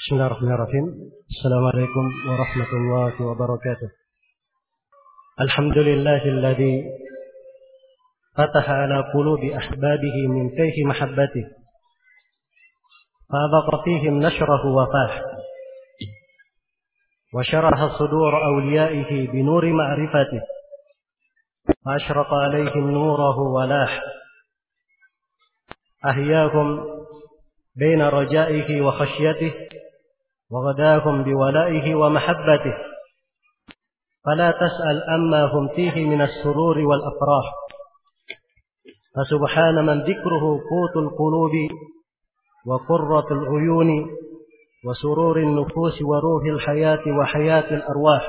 Bismillahirrahmanirrahim. Assalamualaikum warahmatullahi wabarakatuh. Alhamdulillahilladzi fataha ala qulubi ahbabihi min kayfi mahabbatihi fa'adhaqa fihim nashrahu wa fah wa sharaha sudur awliyaihi binuri ma'rifatihi wa ashraqa alaihim nurahu wa lah ahyahum baina rajaihi wa khasyatihi وغداهم بولائه ومحبته فلا تسأل أما هم فيه من السرور والأفراح فسبحان من ذكره قوت القلوب وقرة العيون وسرور النفوس وروح الحياة وحياة الأرواح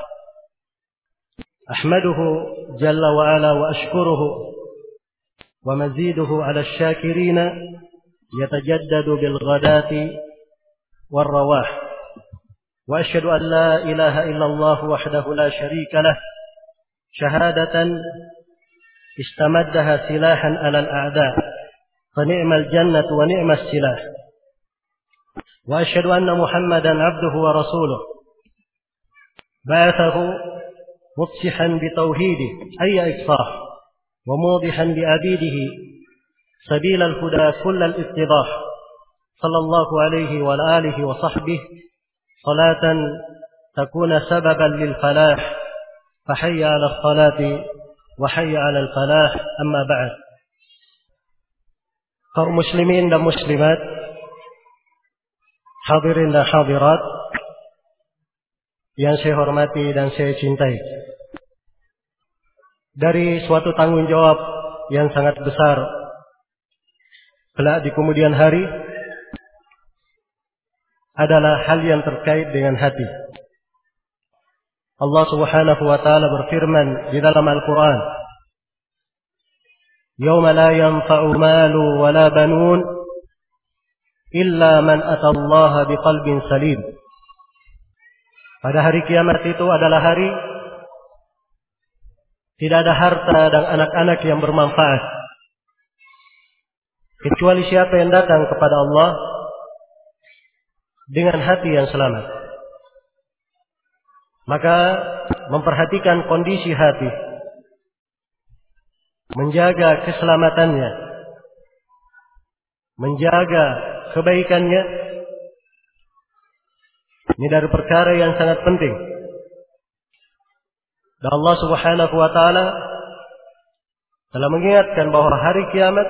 أحمده جل وعلا وأشكره ومزيده على الشاكرين يتجدد بالغداة والرواح وأشهد أن لا إله إلا الله وحده لا شريك له شهادة استمدها سلاحا على الأعداء فنعم الجنة ونعم السلاح وأشهد أن محمدا عبده ورسوله بعثه مفصحا بتوحيده أي إفصاح وموضحا لعبيده سبيل الهدى كل الاتضاح صلى الله عليه وعلى آله وصحبه صلاة تكون سببا للفلاح فحي على الصلاة وحي على الفلاح أما بعد. Kaum muslimin dan muslimat, hadirin dan hadirat yang saya hormati dan saya cintai, dari suatu tanggung jawab yang sangat besar kelak di kemudian hari adalah hal yang terkait dengan hati. Allah Subhanahu wa taala berfirman di dalam Al-Qur'an, "Yauma la yanfa'u malu wa la banun illa man atallaha biqalbin salim." Pada hari kiamat itu adalah hari tidak ada harta dan anak-anak yang bermanfaat kecuali siapa yang datang kepada Allah dengan hati yang selamat. Maka memperhatikan kondisi hati, menjaga keselamatannya, menjaga kebaikannya, ini dari perkara yang sangat penting. Dan Allah Subhanahu wa taala telah mengingatkan bahwa hari kiamat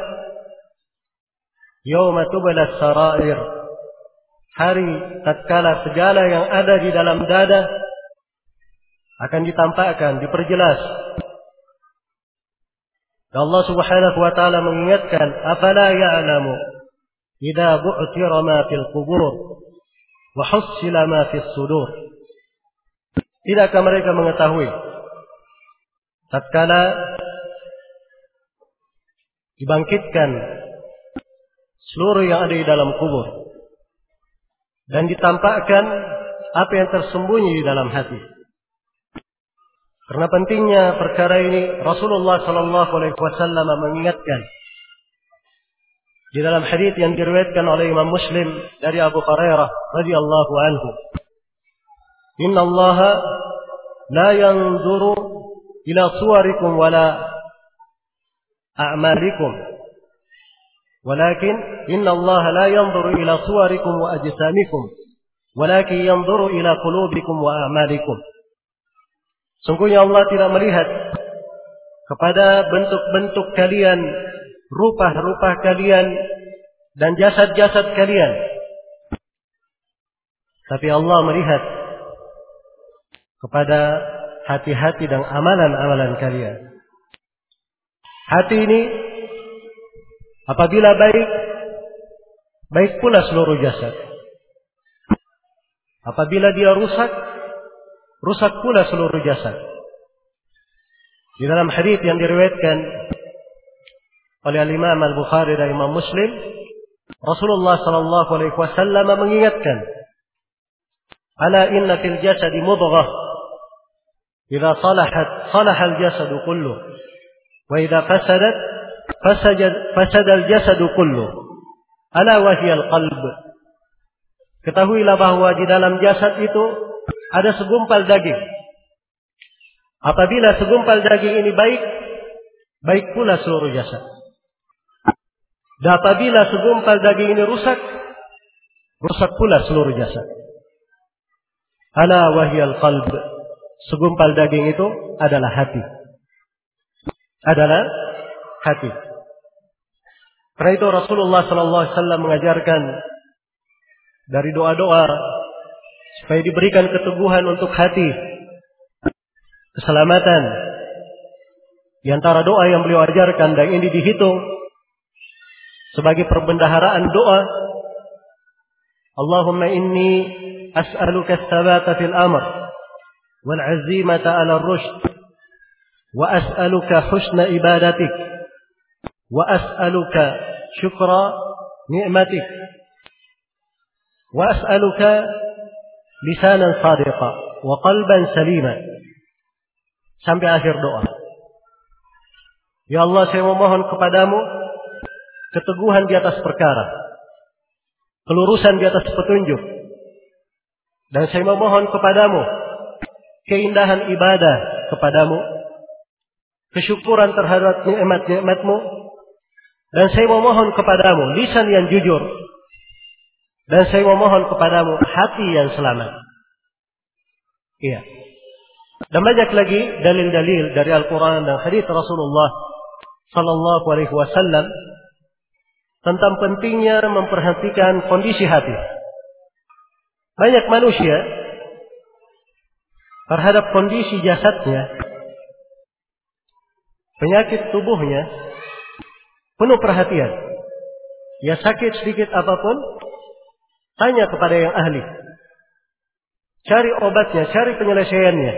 yauma tublas sarair, hari tatkala segala yang ada di dalam dada akan ditampakkan, diperjelas. Dan Allah Subhanahu wa taala mengingatkan, "Afala ya'lamu idza bu'thira ma fil qubur wa hussila ma fis sudur." Tidakkah mereka mengetahui tatkala dibangkitkan seluruh yang ada di dalam kubur dan ditampakkan apa yang tersembunyi di dalam hati. Karena pentingnya perkara ini, Rasulullah sallallahu alaihi wasallam mengingatkan di dalam hadis yang diriwayatkan oleh Imam Muslim dari Abu Hurairah radhiyallahu anhu, "Inna Allah la yanzuru ila suwarikum wala a'malikum. ولكن إن الله لا ينظر إلى صوركم وأجسامكم ولكن ينظر إلى قلوبكم وأعمالكم." Sungguhnya Allah tidak melihat kepada bentuk-bentuk kalian, rupa-rupa kalian dan jasad-jasad kalian, tapi Allah melihat kepada hati-hati dan amalan-amalan kalian. Hati ini apabila baik, baik pula seluruh jasad. Apabila dia rusak, rusak pula seluruh jasad. Di dalam hadis yang diriwayatkan oleh Imam Al-Bukhari dan Imam Muslim, Rasulullah sallallahu alaihi wasallam mengingatkan, "Ala inna fil jasadi mudghah, idza salahat salaha al-jasadu kulluh, wa idza fasadat fasada al-jasadu kulluh, ala wa hiya al-qalb." ketahuilah bahwa di dalam jasad itu ada segumpal daging. Apabila segumpal daging ini baik, baik pula seluruh jasad. Dan apabila segumpal daging ini rusak, rusak pula seluruh jasad. Ala wahyal qalb. Segumpal daging itu adalah hati. Adalah hati. Karena itu Rasulullah SAW mengajarkan dari doa-doa supaya diberikan keteguhan untuk hati, keselamatan. Di antara doa yang beliau ajarkan dan ini dihitung sebagai perbendaharaan doa, Allahumma inni as'aluka ats-tsabata fil amr wal 'azimata 'ala ar-rushd wa as'aluka husna ibadatik wa as'aluka syukra ni'matik wa as'aluka lisanan sadiqa wa qalban salima, sampai akhir doa. Ya Allah, saya memohon kepadamu keteguhan di atas perkara, kelurusan di atas petunjuk, dan saya memohon kepadamu keindahan ibadah kepadamu, kesyukuran terhadap nikmat-nikmatmu, dan saya memohon kepadamu lisan yang jujur, dan saya memohon kepadamu hati yang selamat. Iya. Dan banyak lagi dalil-dalil dari Al-Quran dan hadits Rasulullah Sallallahu Alaihi Wasallam tentang pentingnya memperhatikan kondisi hati. Banyak manusia terhadap kondisi jasadnya, penyakit tubuhnya penuh perhatian. Ya sakit sedikit apapun, tanya kepada yang ahli. Cari obatnya, cari penyelesaiannya.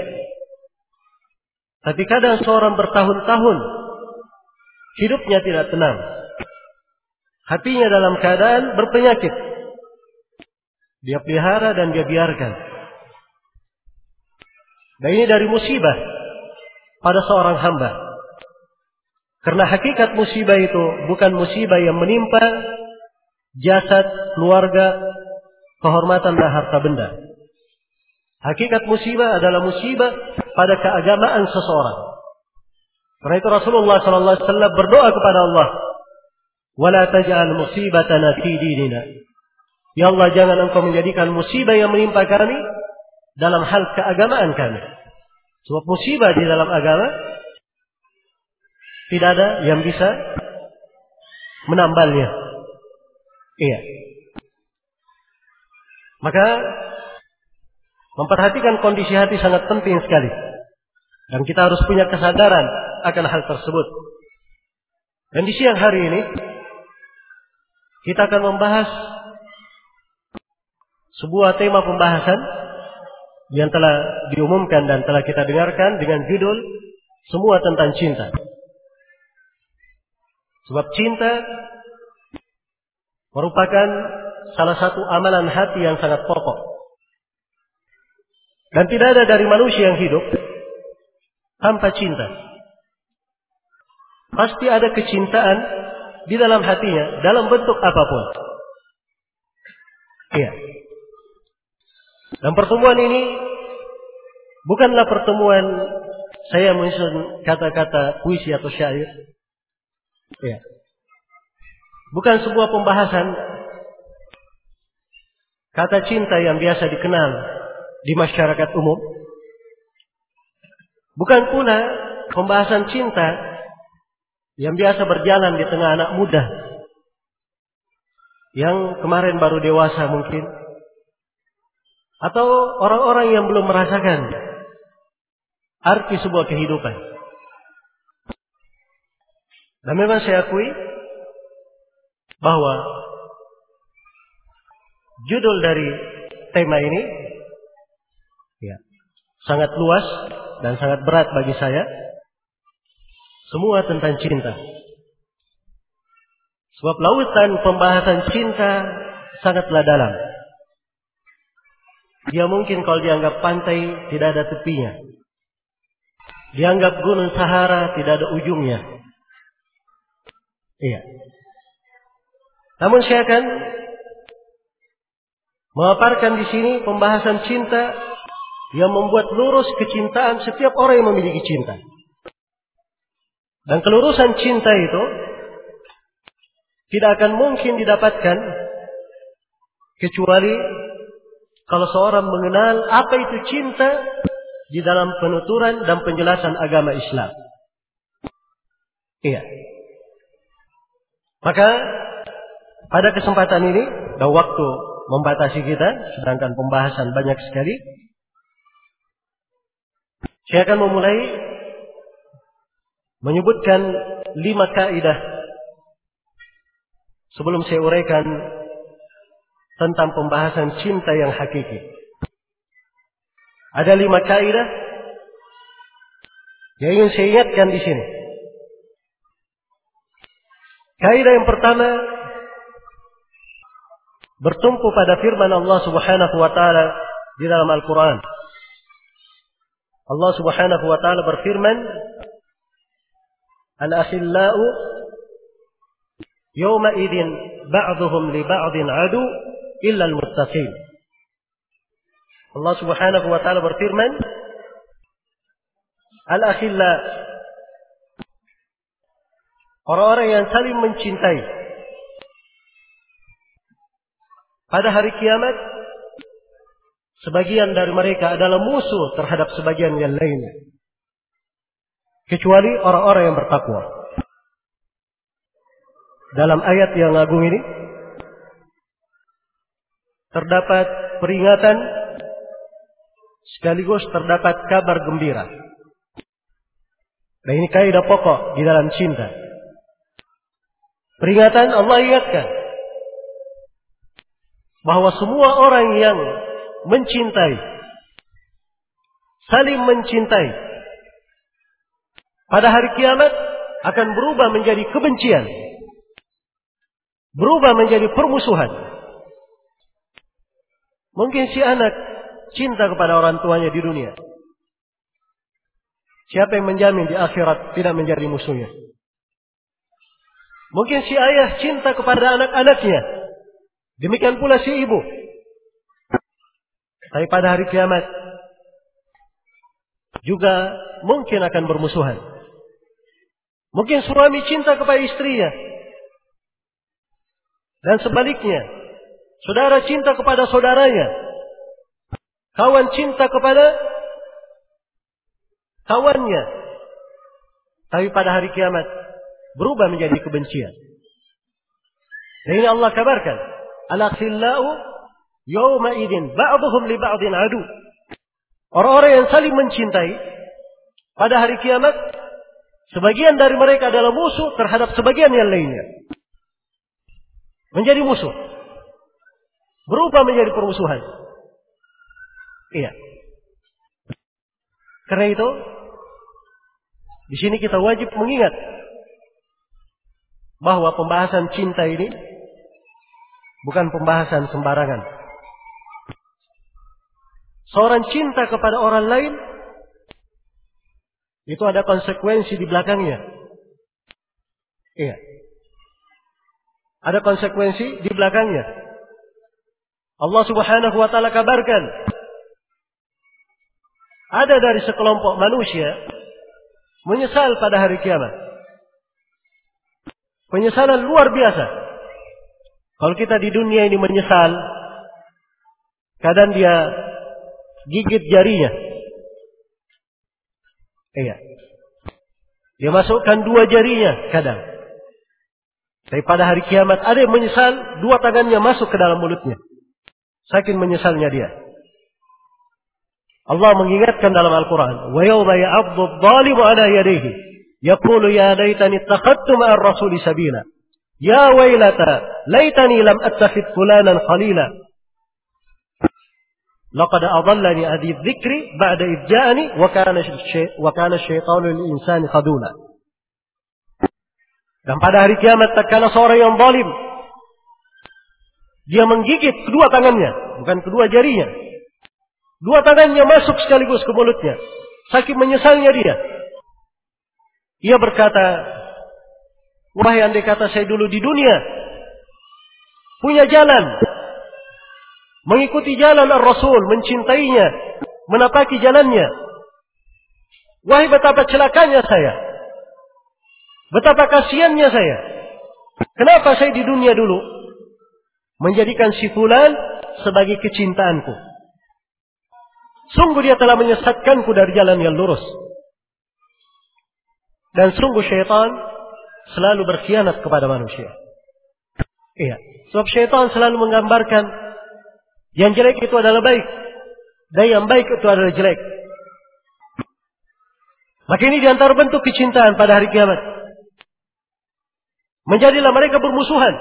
Tapi kadang seorang bertahun-tahun hidupnya tidak tenang. Hatinya dalam keadaan berpenyakit. Dia pelihara dan dia biarkan. Dan ini dari musibah pada seorang hamba. Karena hakikat musibah itu bukan musibah yang menimpa jasad, keluarga, kehormatan dan harta benda. Hakikat musibah adalah musibah pada keagamaan seseorang. Karena itu Rasulullah SAW berdoa kepada Allah, "Wala taj'al musibatana fi dinina." Ya Allah, jangan Engkau menjadikan musibah yang menimpa kami dalam hal keagamaan kami. Sebab musibah di dalam agama tidak ada yang bisa menambalnya. Iya. Maka memperhatikan kondisi hati sangat penting sekali. Dan kita harus punya kesadaran akan hal tersebut. Dan di siang hari ini kita akan membahas sebuah tema pembahasan yang telah diumumkan dan telah kita dengarkan dengan judul Semua Tentang Cinta. Sebab cinta merupakan salah satu amalan hati yang sangat pokok. Dan tidak ada dari manusia yang hidup tanpa cinta. Pasti ada kecintaan di dalam hatinya, dalam bentuk apapun. Iya. Dan pertemuan ini bukanlah pertemuan saya menyusun kata-kata puisi atau syair. Iya. Bukan sebuah pembahasan kata cinta yang biasa dikenal di masyarakat umum. Bukan pula pembahasan cinta yang biasa berjalan di tengah anak muda yang kemarin baru dewasa mungkin, atau orang-orang yang belum merasakan arti sebuah kehidupan. Dan memang saya akui bahwa judul dari tema ini ya, sangat luas dan sangat berat bagi saya. Semua tentang cinta. Sebab lautan pembahasan cinta sangatlah dalam. Dia mungkin kalau dianggap pantai tidak ada tepinya. Dianggap gunung Sahara tidak ada ujungnya. Iya. Namun saya akan memaparkan di sini pembahasan cinta yang membuat lurus kecintaan setiap orang yang memiliki cinta. Dan kelurusan cinta itu tidak akan mungkin didapatkan kecuali kalau seorang mengenal apa itu cinta di dalam penuturan dan penjelasan agama Islam. Iya. Maka pada kesempatan ini, dan waktu membatasi kita, sedangkan pembahasan banyak sekali, saya akan memulai menyebutkan 5 kaidah sebelum saya uraikan tentang pembahasan cinta yang hakiki. Ada 5 kaidah yang ingin saya ingatkan di sini. Kaidah yang pertama bertumpu pada firman Allah Subhanahu wa taala di dalam Al-Qur'an. Allah Subhanahu wa taala berfirman, "Al-akhillau yawma idzin ba'dhuhum li ba'din adu illa al-muttaqin." Allah Subhanahu wa taala berfirman, "Al-akhilla," orang-orang yang saling mencintai pada hari kiamat, sebagian dari mereka adalah musuh terhadap sebagian yang lainnya, kecuali orang-orang yang bertakwa. Dalam ayat yang agung ini terdapat peringatan sekaligus terdapat kabar gembira. Dan ini kaidah pokok di dalam cinta. Peringatan, Allah ingatkan bahwa semua orang yang mencintai, saling mencintai, pada hari kiamat akan berubah menjadi kebencian, berubah menjadi permusuhan. Mungkin si anak cinta kepada orang tuanya di dunia. Siapa yang menjamin di akhirat tidak menjadi musuhnya? Mungkin si ayah cinta kepada anak-anaknya. Demikian pula si ibu. Tapi pada hari kiamat juga mungkin akan bermusuhan. Mungkin suami cinta kepada istrinya. Dan sebaliknya, saudara cinta kepada saudaranya. Kawan cinta kepada kawannya. Tapi pada hari kiamat berubah menjadi kebencian. Dan ini Allah kabarkan, "Al-akhillau yawma idzin ba'dhuhum li ba'din adu." Orang-orang yang saling mencintai pada hari kiamat, sebagian dari mereka adalah musuh terhadap sebagian yang lainnya. Menjadi musuh. Berubah menjadi permusuhan. Iya. Karena itu, di sini kita wajib mengingat bahwa pembahasan cinta ini bukan pembahasan sembarangan. Seorang cinta kepada orang lain itu ada konsekuensi di belakangnya. Iya. Ada konsekuensi di belakangnya. Allah Subhanahu wa taala kabarkan, ada dari sekelompok manusia menyesal pada hari kiamat. Penyesalan luar biasa. Kalau kita di dunia ini menyesal, kadang dia gigit jarinya. Iya. Dia masukkan 2 jarinya kadang. Tapi pada hari kiamat ada yang menyesal, 2 tangannya masuk ke dalam mulutnya. Saking menyesalnya dia. Allah mengingatkan dalam Al-Quran, "Wa yawma ya'addu adh-dhalimu 'ala yadayhi yaqulu ya laitani ittakhadtu ma'ar rasuli sabila. Ya wailata laitani lam attakhidh fulanan khalila. Laqad adallani adhi dzikri ba'da idh ja'ani wa kana asyaitanu lil insani khadula." Dan pada hari kiamat tatkala seorang yang zalim dia menggigit kedua tangannya, bukan kedua jarinya. 2 tangannya masuk sekaligus ke mulutnya. Saking menyesalnya dia. Ia berkata, "Wahai andai kata saya dulu di dunia punya jalan mengikuti jalan Ar-Rasul, mencintainya, menapaki jalannya. Wahai betapa celakanya saya. Betapa kasihannya saya. Kenapa saya di dunia dulu menjadikan si fulan sebagai kecintaanku. Sungguh dia telah menyesatkanku dari jalan yang lurus. Dan sungguh syaitan selalu berkhianat kepada manusia. Iya. Sebab syaitan selalu menggambarkan yang jelek itu adalah baik. Dan yang baik itu adalah jelek. Maka ini diantara bentuk kecintaan pada hari kiamat. Menjadilah mereka bermusuhan.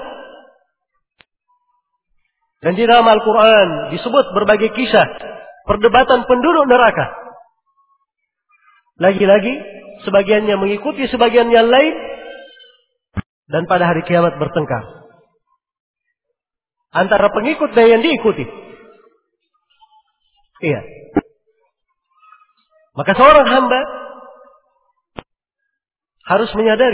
Dan di dalam Al-Quran disebut berbagai kisah perdebatan penduduk neraka. Lagi-lagi sebagiannya mengikuti sebagian yang lain. Dan pada hari kiamat bertengkar antara pengikut dan yang diikuti. Iya. Maka seorang hamba harus menyadari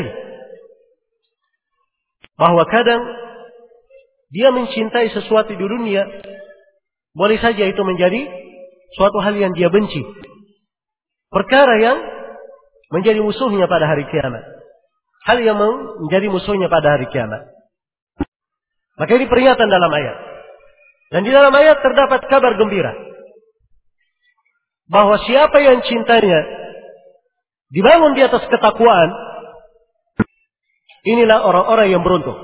bahwa kadang dia mencintai sesuatu di dunia, boleh saja itu menjadi suatu hal yang dia benci, perkara yang menjadi musuhnya pada hari kiamat, hal yang menjadi musuhnya pada hari kiamat. Maka ini peringatan dalam ayat. Dan di dalam ayat terdapat kabar gembira bahwa siapa yang cintanya dibangun di atas ketakwaan, inilah orang-orang yang beruntung.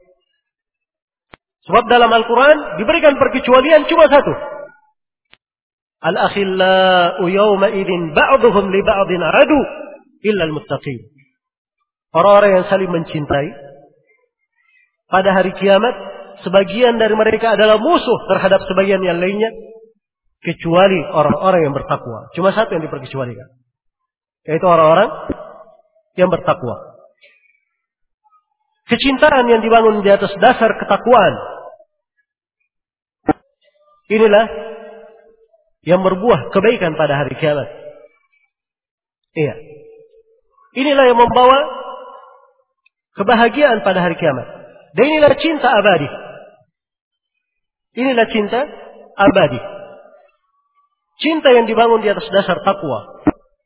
Sebab dalam Al-Quran diberikan perkecualian cuma satu. Al-akhillau yawma idin ba'duhum li ba'din adu illa al-muttaqin. Orang-orang yang saling mencintai pada hari kiamat, sebagian dari mereka adalah musuh terhadap sebagian yang lainnya, kecuali orang-orang yang bertakwa. Cuma satu yang diperkecualikan, yaitu orang-orang yang bertakwa. Kecintaan yang dibangun di atas dasar ketakwaan, inilah yang berbuah kebaikan pada hari kiamat. Iya. Inilah yang membawa kebahagiaan pada hari kiamat. Dan inilah cinta abadi. Inilah cinta abadi. Cinta yang dibangun di atas dasar takwa.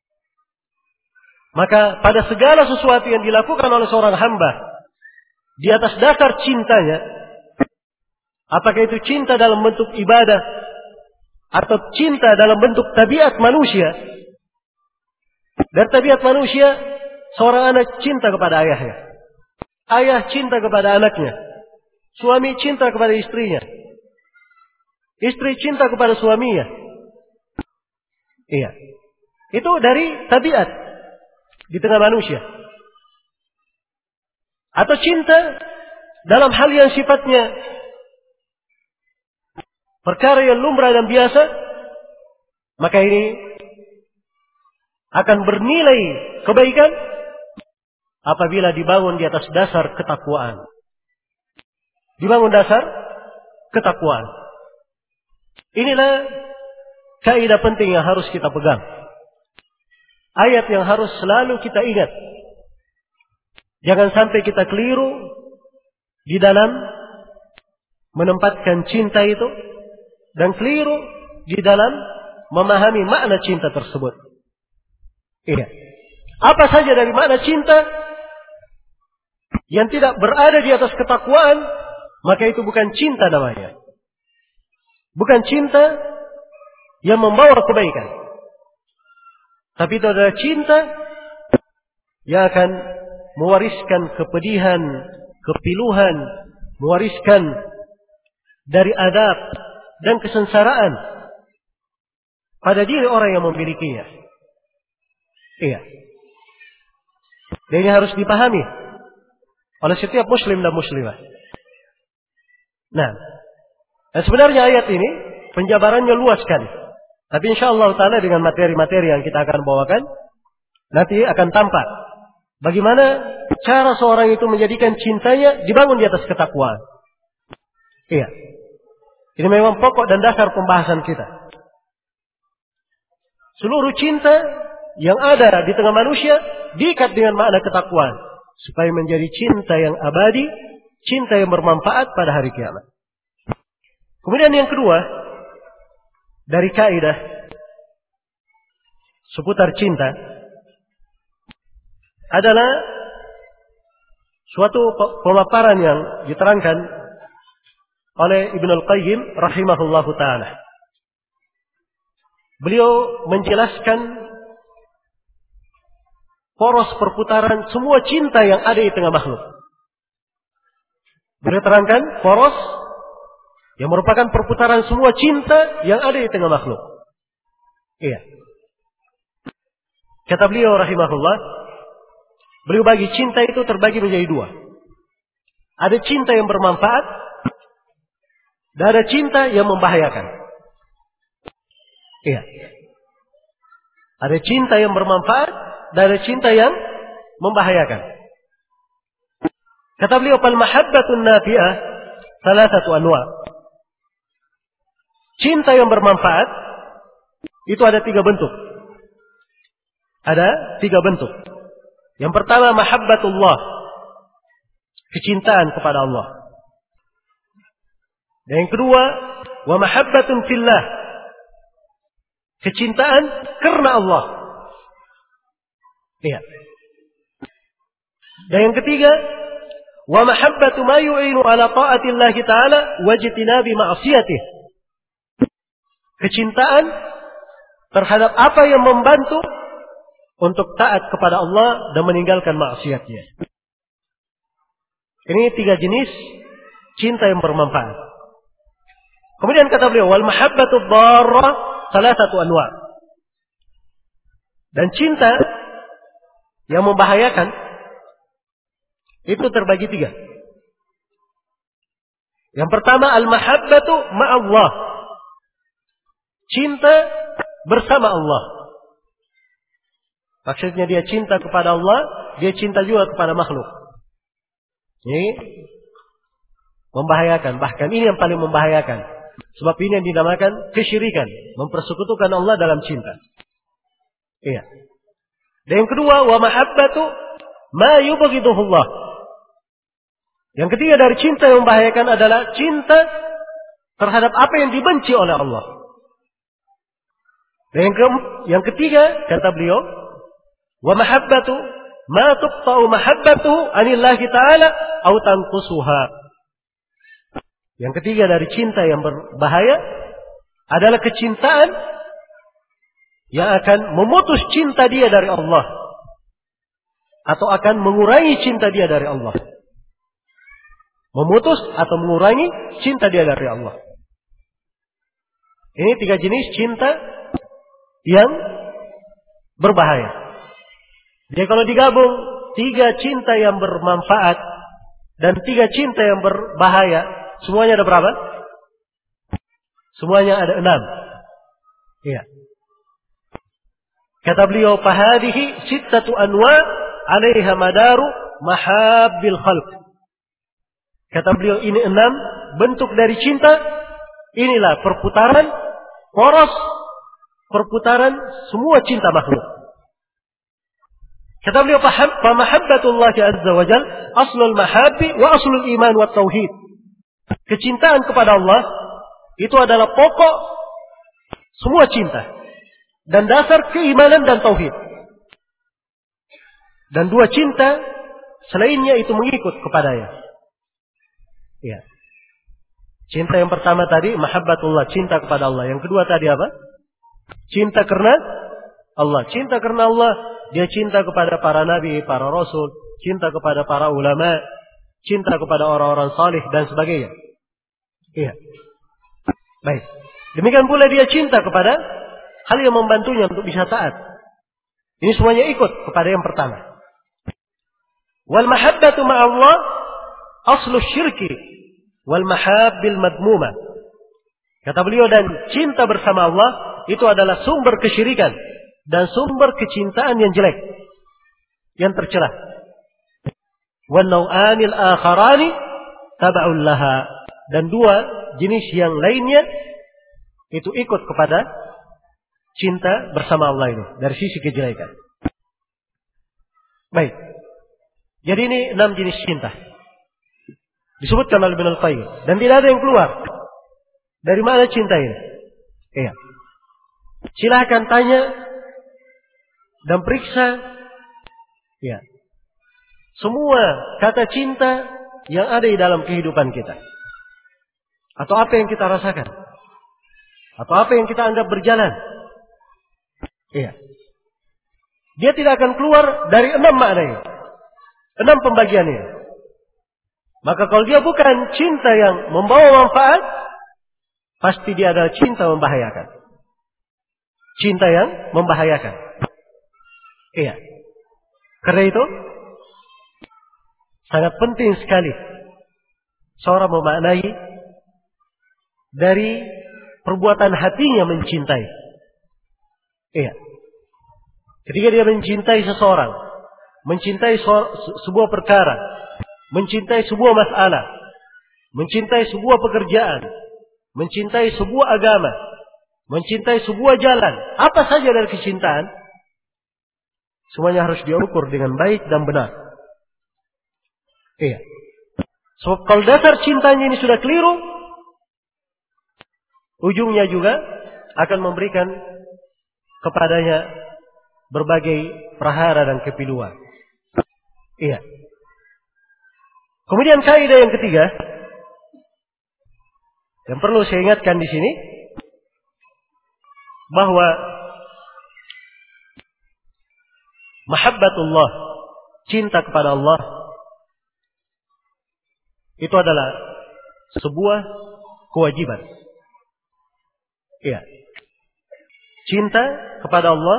Maka pada segala sesuatu yang dilakukan oleh seorang hamba di atas dasar cintanya, apakah itu cinta dalam bentuk ibadah atau cinta dalam bentuk tabiat manusia. Dan tabiat manusia, seorang anak cinta kepada ayahnya, ayah cinta kepada anaknya, suami cinta kepada istrinya, istri cinta kepada suaminya. Iya. Itu dari tabiat di tengah manusia. Atau cinta dalam hal yang sifatnya perkara yang lumrah dan biasa, maka ini akan bernilai kebaikan apabila dibangun di atas dasar ketakwaan. Dibangun dasar ketakwaan. Inilah kaidah penting yang harus kita pegang. Ayat yang harus selalu kita ingat. Jangan sampai kita keliru di dalam menempatkan cinta itu, dan keliru di dalam memahami makna cinta tersebut. Iya. Apa saja dari makna cinta yang tidak berada di atas ketakwaan, maka itu bukan cinta namanya. Bukan cinta yang membawa kebaikan. Tapi itu adalah cinta yang akan mewariskan kepedihan, kepiluhan, mewariskan dari adab dan kesengsaraan pada diri orang yang memilikinya. Iya. Dan ini harus dipahami oleh setiap muslim dan muslimah. Nah, dan sebenarnya ayat ini penjabarannya luas sekali. Tapi insyaallah ta'ala dengan materi-materi yang kita akan bawakan, nanti akan tampak bagaimana cara seorang itu menjadikan cintanya dibangun di atas ketakwaan. Iya. Ini memang pokok dan dasar pembahasan kita. Seluruh cinta yang ada di tengah manusia diikat dengan makna ketakwaan, supaya menjadi cinta yang abadi, cinta yang bermanfaat pada hari kiamat. Kemudian yang kedua, dari kaidah seputar cinta adalah suatu pemaparan yang diterangkan oleh Ibnul Qayyim rahimahullahu ta'ala. Beliau menjelaskan poros perputaran semua cinta yang ada di tengah makhluk. Beliau terangkan poros yang merupakan perputaran semua cinta yang ada di tengah makhluk. Iya. Kata beliau rahimahullah, beliau bagi cinta itu terbagi menjadi dua. Ada cinta yang bermanfaat dan ada cinta yang membahayakan. Iya. Ada cinta yang bermanfaat dan ada cinta yang membahayakan. Kata beliau, "Fal mahabbatun nafi'ah salasatu anwa'." Cinta yang bermanfaat itu ada 3 bentuk. Ada 3 bentuk. Yang pertama, mahabbatullah, kecintaan kepada Allah. Dan yang kedua, wa mahabbatun fillah, kecintaan karena Allah. Iya. Dan yang ketiga, wa mahabbatu ma yu'inu ala ta'atillahi ta'ala wa jitinabi ma'siyatih, kecintaan terhadap apa yang membantu untuk taat kepada Allah dan meninggalkan maksiatnya. Ini 3 jenis cinta yang bermanfaat. Kemudian kata beliau, wal mahabbatu dharra salasatu anwa'. Dan cinta yang membahayakan itu terbagi 3. Yang pertama, al mahabbatu ma'allah, cinta bersama Allah. Maksudnya dia cinta kepada Allah, dia cinta juga kepada makhluk. Ini membahayakan. Bahkan ini yang paling membahayakan. Sebab ini yang dinamakan kesyirikan. Mempersekutukan Allah dalam cinta. Iya. Dan yang kedua, wa mahabbatu ma yubghiduhullah. Yang ketiga dari cinta yang membahayakan adalah cinta terhadap apa yang dibenci oleh Allah. Dan yang ketiga, kata beliau, wa mahabbatu ma tuqta'u mahabbatuhu anillahi ta'ala au tanqusuha. Yang ketiga dari cinta yang berbahaya adalah kecintaan yang akan memutus cinta dia dari Allah atau akan mengurangi cinta dia dari Allah. Memutus atau mengurangi cinta dia dari Allah. Ini 3 jenis cinta yang berbahaya. Jadi kalau digabung 3 cinta yang bermanfaat dan 3 cinta yang berbahaya, semuanya ada berapa? Semuanya ada 6. Iya. Kata beliau, fahadihi sittatu anwa' 'alaiha madaru mahabbil khalq. Kata beliau, ini 6 bentuk dari cinta. Inilah perputaran, poros perputaran semua cinta makhluk. Kata beliau, fa mahabbatullah azza wa jal aslul mahabbi wa aslul iman wa tauhid. Kecintaan kepada Allah itu adalah pokok semua cinta dan dasar keimanan dan tauhid. Dan 2 cinta selainnya itu mengikut kepadanya. Ya. Cinta yang pertama tadi mahabbatullah, cinta kepada Allah. Yang kedua tadi apa? Cinta karena Allah. Cinta karena Allah, dia cinta kepada para nabi, para rasul, cinta kepada para ulama, cinta kepada orang-orang salih dan sebagainya. Iya. Baik. Demikian pula dia cinta kepada hal yang membantunya untuk bisa taat. Ini semuanya ikut kepada yang pertama. Wal mahabbatu ma'allah aslu syirki wal mahabbil madmuma. Kata beliau, dan cinta bersama Allah itu adalah sumber kesyirikan dan sumber kecintaan yang jelek, yang tercela. Wan nau'anil akharani tab'un laha, dan 2 jenis yang lainnya itu ikut kepada cinta bersama Allah ini dari sisi kejelekan. Baik. Jadi ini 6 jenis cinta disebutkan oleh Ibnul Qayyim, dan tidak ada yang keluar Dari mana cinta ini? Iya. Silakan tanya dan periksa. Ya. Semua kata cinta yang ada di dalam kehidupan kita. Atau apa yang kita rasakan. Atau apa yang kita anggap berjalan. Iya. Dia tidak akan keluar dari 6 makna ini. 6 pembagian ini. Maka kalau dia bukan cinta yang membawa manfaat, pasti dia adalah cinta membahayakan. Cinta yang membahayakan. Iya. Karena itu sangat penting sekali seorang memaknai dari perbuatan hatinya mencintai. Iya. Ketika dia mencintai seseorang, mencintai sebuah perkara, mencintai sebuah masalah, mencintai sebuah pekerjaan, mencintai sebuah agama, mencintai sebuah jalan, apa saja dari kecintaan, semuanya harus diukur dengan baik dan benar. Iya. So, kalau dasar cintanya ini sudah keliru, ujungnya juga akan memberikan kepadanya berbagai prahara dan kepiluan. Iya. Kemudian kaidah yang ketiga yang perlu saya ingatkan di sini, bahwa mahabbatullah, cinta kepada Allah, itu adalah sebuah kewajiban. Iya. Cinta kepada Allah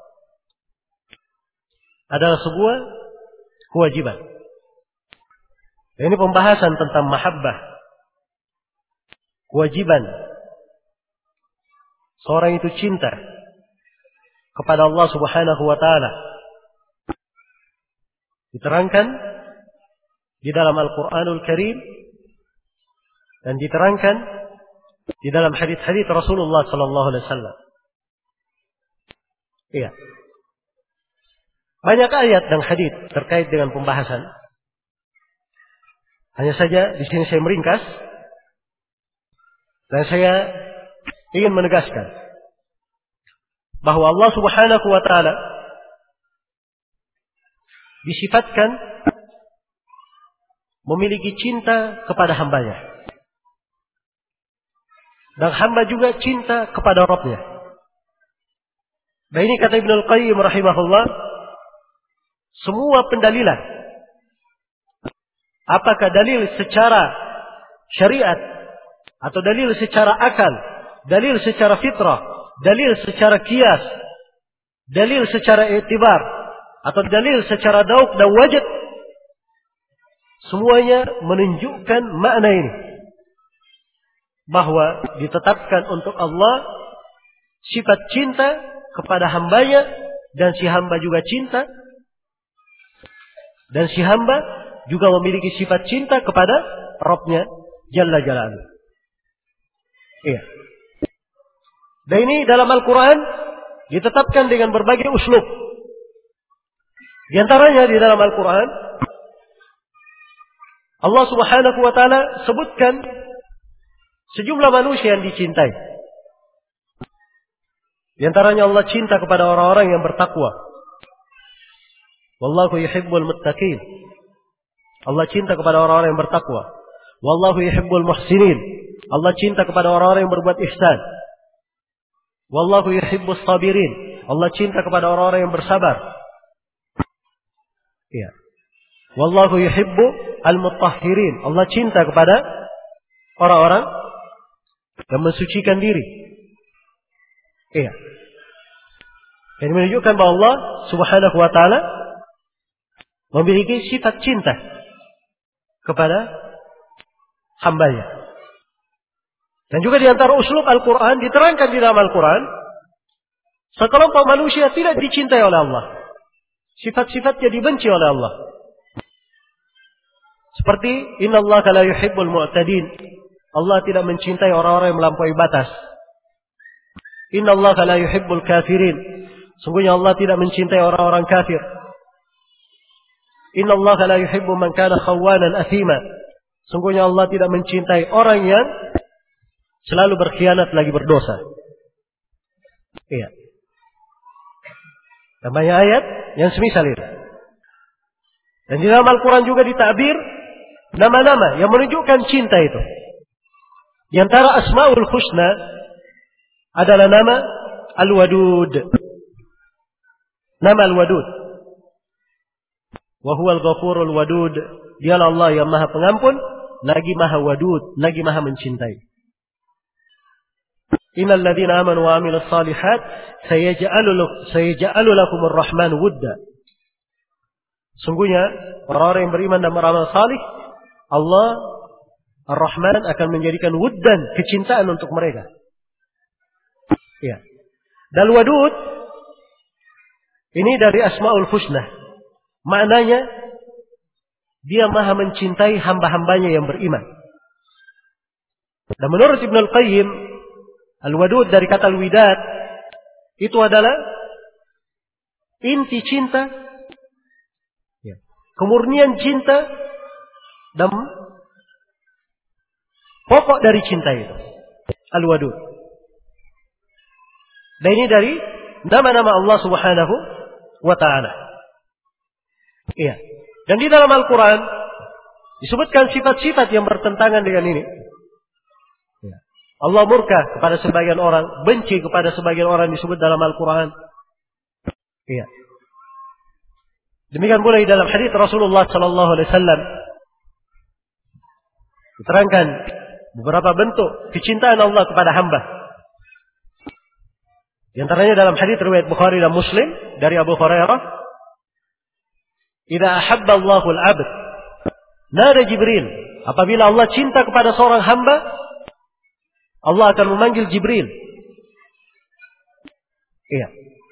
adalah sebuah kewajiban. Ini pembahasan tentang mahabbah. Kewajiban seorang itu cinta kepada Allah Subhanahu wa taala. Diterangkan di dalam Al-Qur'anul Karim dan diterangkan di dalam hadis-hadis Rasulullah sallallahu alaihi wasallam. Iya. Banyak ayat dan hadis terkait dengan pembahasan. Hanya saja di sini saya meringkas dan saya ingin menegaskan bahwa Allah Subhanahu wa taala disifatkan memiliki cinta kepada hambanya. Dan hamba juga cinta kepada Rabbnya. Dan ini kata Ibnu Al-Qayyim rahimahullah, semua pendalilan, apakah dalil secara syariat atau dalil secara akal, dalil secara fitrah, dalil secara qiyas, dalil secara i'tibar, atau dalil secara dauk dan wajad, semuanya menunjukkan makna ini, bahwa ditetapkan untuk Allah sifat cinta kepada hambanya, dan si hamba juga cinta, dan si hamba juga memiliki sifat cinta kepada Rabbnya Jalla Jalaluhu. Iya. Dan ini dalam Al-Quran ditetapkan dengan berbagai uslub. Di antaranya di dalam Al-Quran Allah Subhanahu wa taala sebutkan sejumlah manusia yang dicintai. Di antaranya Allah cinta kepada orang-orang yang bertakwa. Wallahu yuhibbul muttaqin. Allah cinta kepada orang-orang yang bertakwa. Wallahu yuhibbul muhsinin. Allah cinta kepada orang-orang yang berbuat ihsan. Wallahu yuhibbus sabirin. Allah cinta kepada orang-orang yang bersabar. Ya. Wallahu yuhibbu al-mutahhirin. Allah cinta kepada orang-orang yang mensucikan diri. Iya. Ini menunjukkan bahwa Allah Subhanahu wa taala memiliki sifat cinta kepada hambanya. Dan juga di antara uslub Al-Quran diterangkan di dalam Al-Quran, sekelompok manusia tidak dicintai oleh Allah. Sifat-sifatnya dibenci oleh Allah. Seperti innallaha la yuhibbul mu'tadin. Allah tidak mencintai orang-orang yang melampaui batas. Innallaha la yuhibbul kafirin. Sungguhnya Allah tidak mencintai orang-orang kafir. Innallaha la yuhibbu man kana khawanan athima. Sungguhnya Allah tidak mencintai orang yang selalu berkhianat lagi berdosa. Iya. Dan banyak ayat yang semisal itu. Dan di dalam Al-Quran juga ditakbir nama-nama yang menunjukkan cinta itu. Di antara Asmaul Husna adalah nama Al-Wadud. Nama Al-Wadud. Wa huwal ghafurul wadud. Dialah Allah yang Maha Pengampun, lagi Maha Wadud, lagi Maha mencintai. Innal ladzina amanu wa 'amilus shalihat sayaj'alu lakumur rahman wudda. Sungguhnya orang-orang yang beriman dan beramal salih, Allah Ar-Rahman akan menjadikan wuddan, kecintaan untuk mereka. Ya. Dan wadud ini dari Asmaul Husna. Maknanya dia Maha mencintai hamba-hambanya yang beriman. Dan menurut Ibnu Al-Qayyim, Al-Wadud dari kata Al-Widad itu adalah inti cinta, ya, kemurnian cinta dan pokok dari cinta itu. Al-Wadud. Dan ini dari nama-nama Allah Subhanahu wa ta'ala. Iya. Dan di dalam Al-Quran disebutkan sifat-sifat yang bertentangan dengan ini. Allah murka kepada sebagian orang, benci kepada sebagian orang disebut dalam Al-Quran. Iya. Demikian pula di dalam hadits Rasulullah sallallahu alaihi wasallam diterangkan beberapa bentuk kecintaan Allah kepada hamba. Di antaranya dalam hadits riwayat Bukhari dan Muslim dari Abu Hurairah, "Idza ahabba Allahu al-'abd, nada Jibril." Apabila Allah cinta kepada seorang hamba, Allah akan memanggil Jibril. Iya.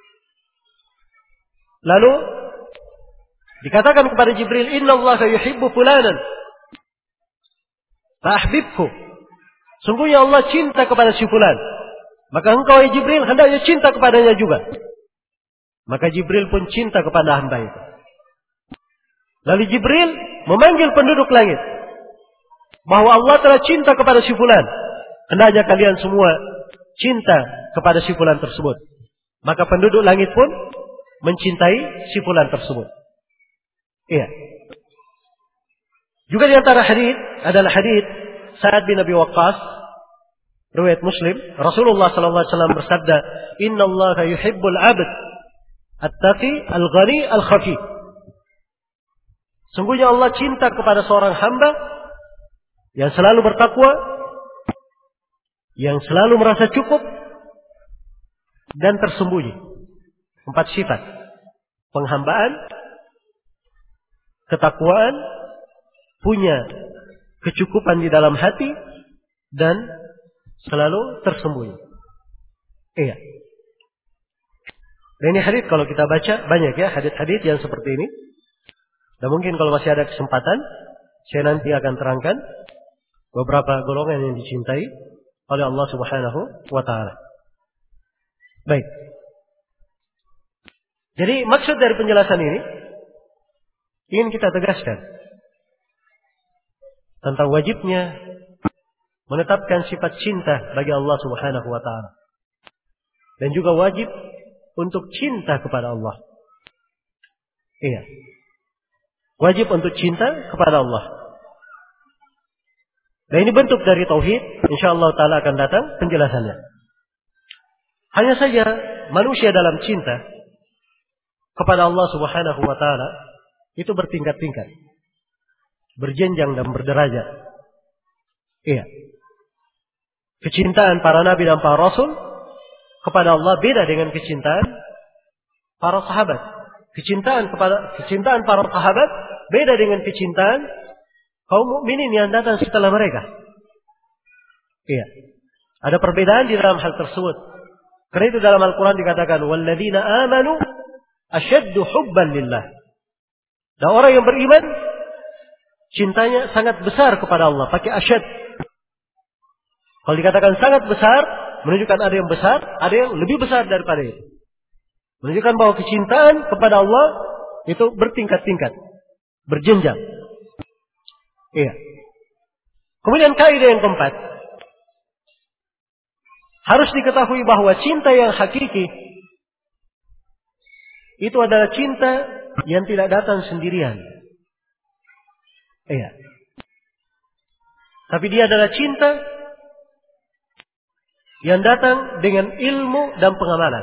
Lalu dikatakan kepada Jibril, "Inna Allah yuhibbu fulanan, fa'ahbibhu." Sungguhnya Allah cinta kepada si fulan, maka engkau ya Jibril hendaknya cinta kepadanya juga. Maka Jibril pun cinta kepada hamba itu. Lalu Jibril memanggil penduduk langit bahwa Allah telah cinta kepada si fulan. Hendaknya kalian semua cinta kepada si fulan tersebut. Maka penduduk langit pun mencintai si fulan tersebut. Iya. Juga di antara hadits adalah hadits Sa'ad bin Abi Waqqas, riwayat Muslim. Rasulullah sallallahu alaihi wasallam bersabda, "Inna Allah yuhibbul 'abd at-taqi al-ghani al-khafi." Sungguhnya Allah cinta kepada seorang hamba yang selalu bertakwa, yang selalu merasa cukup dan tersembunyi. 4 sifat: penghambaan, ketakwaan, punya kecukupan di dalam hati, dan selalu tersembunyi. Iya. Dan ini hadits kalau kita baca banyak ya hadits-hadits yang seperti ini. Dan mungkin kalau masih ada kesempatan, saya nanti akan terangkan beberapa golongan yang dicintai oleh Allah Subhanahu wa ta'ala. Baik. Jadi maksud dari penjelasan ini ingin kita tegaskan tentang wajibnya menetapkan sifat cinta bagi Allah Subhanahu wa ta'ala. Dan juga wajib untuk cinta kepada Allah. Iya. Wajib untuk cinta kepada Allah. Dan ini bentuk dari tauhid, insyaallah taala akan datang penjelasannya. Hanya saja manusia dalam cinta kepada Allah Subhanahu wa taala itu bertingkat-tingkat, berjenjang dan berderajat. Iya. Kecintaan para nabi dan para rasul kepada Allah beda dengan kecintaan para sahabat. Kecintaan para sahabat beda dengan kecintaan kaum mukminin yang datang setelah mereka. Iya. Ada perbedaan di dalam hal tersebut. Karena itu dalam Al-Quran dikatakan, "Walladzina amanu asyaddu hubban lillah." Dan orang yang beriman cintanya sangat besar kepada Allah. Pakai asyad. Kalau dikatakan sangat besar, menunjukkan ada yang besar, ada yang lebih besar daripada itu. Menunjukkan bahwa kecintaan kepada Allah itu bertingkat-tingkat, berjenjang. Iya. Kemudian kaidah yang keempat, Harus diketahui bahwa cinta yang hakiki itu adalah cinta yang tidak datang sendirian. Iya. Tapi dia adalah cinta yang datang dengan ilmu dan pengamalan.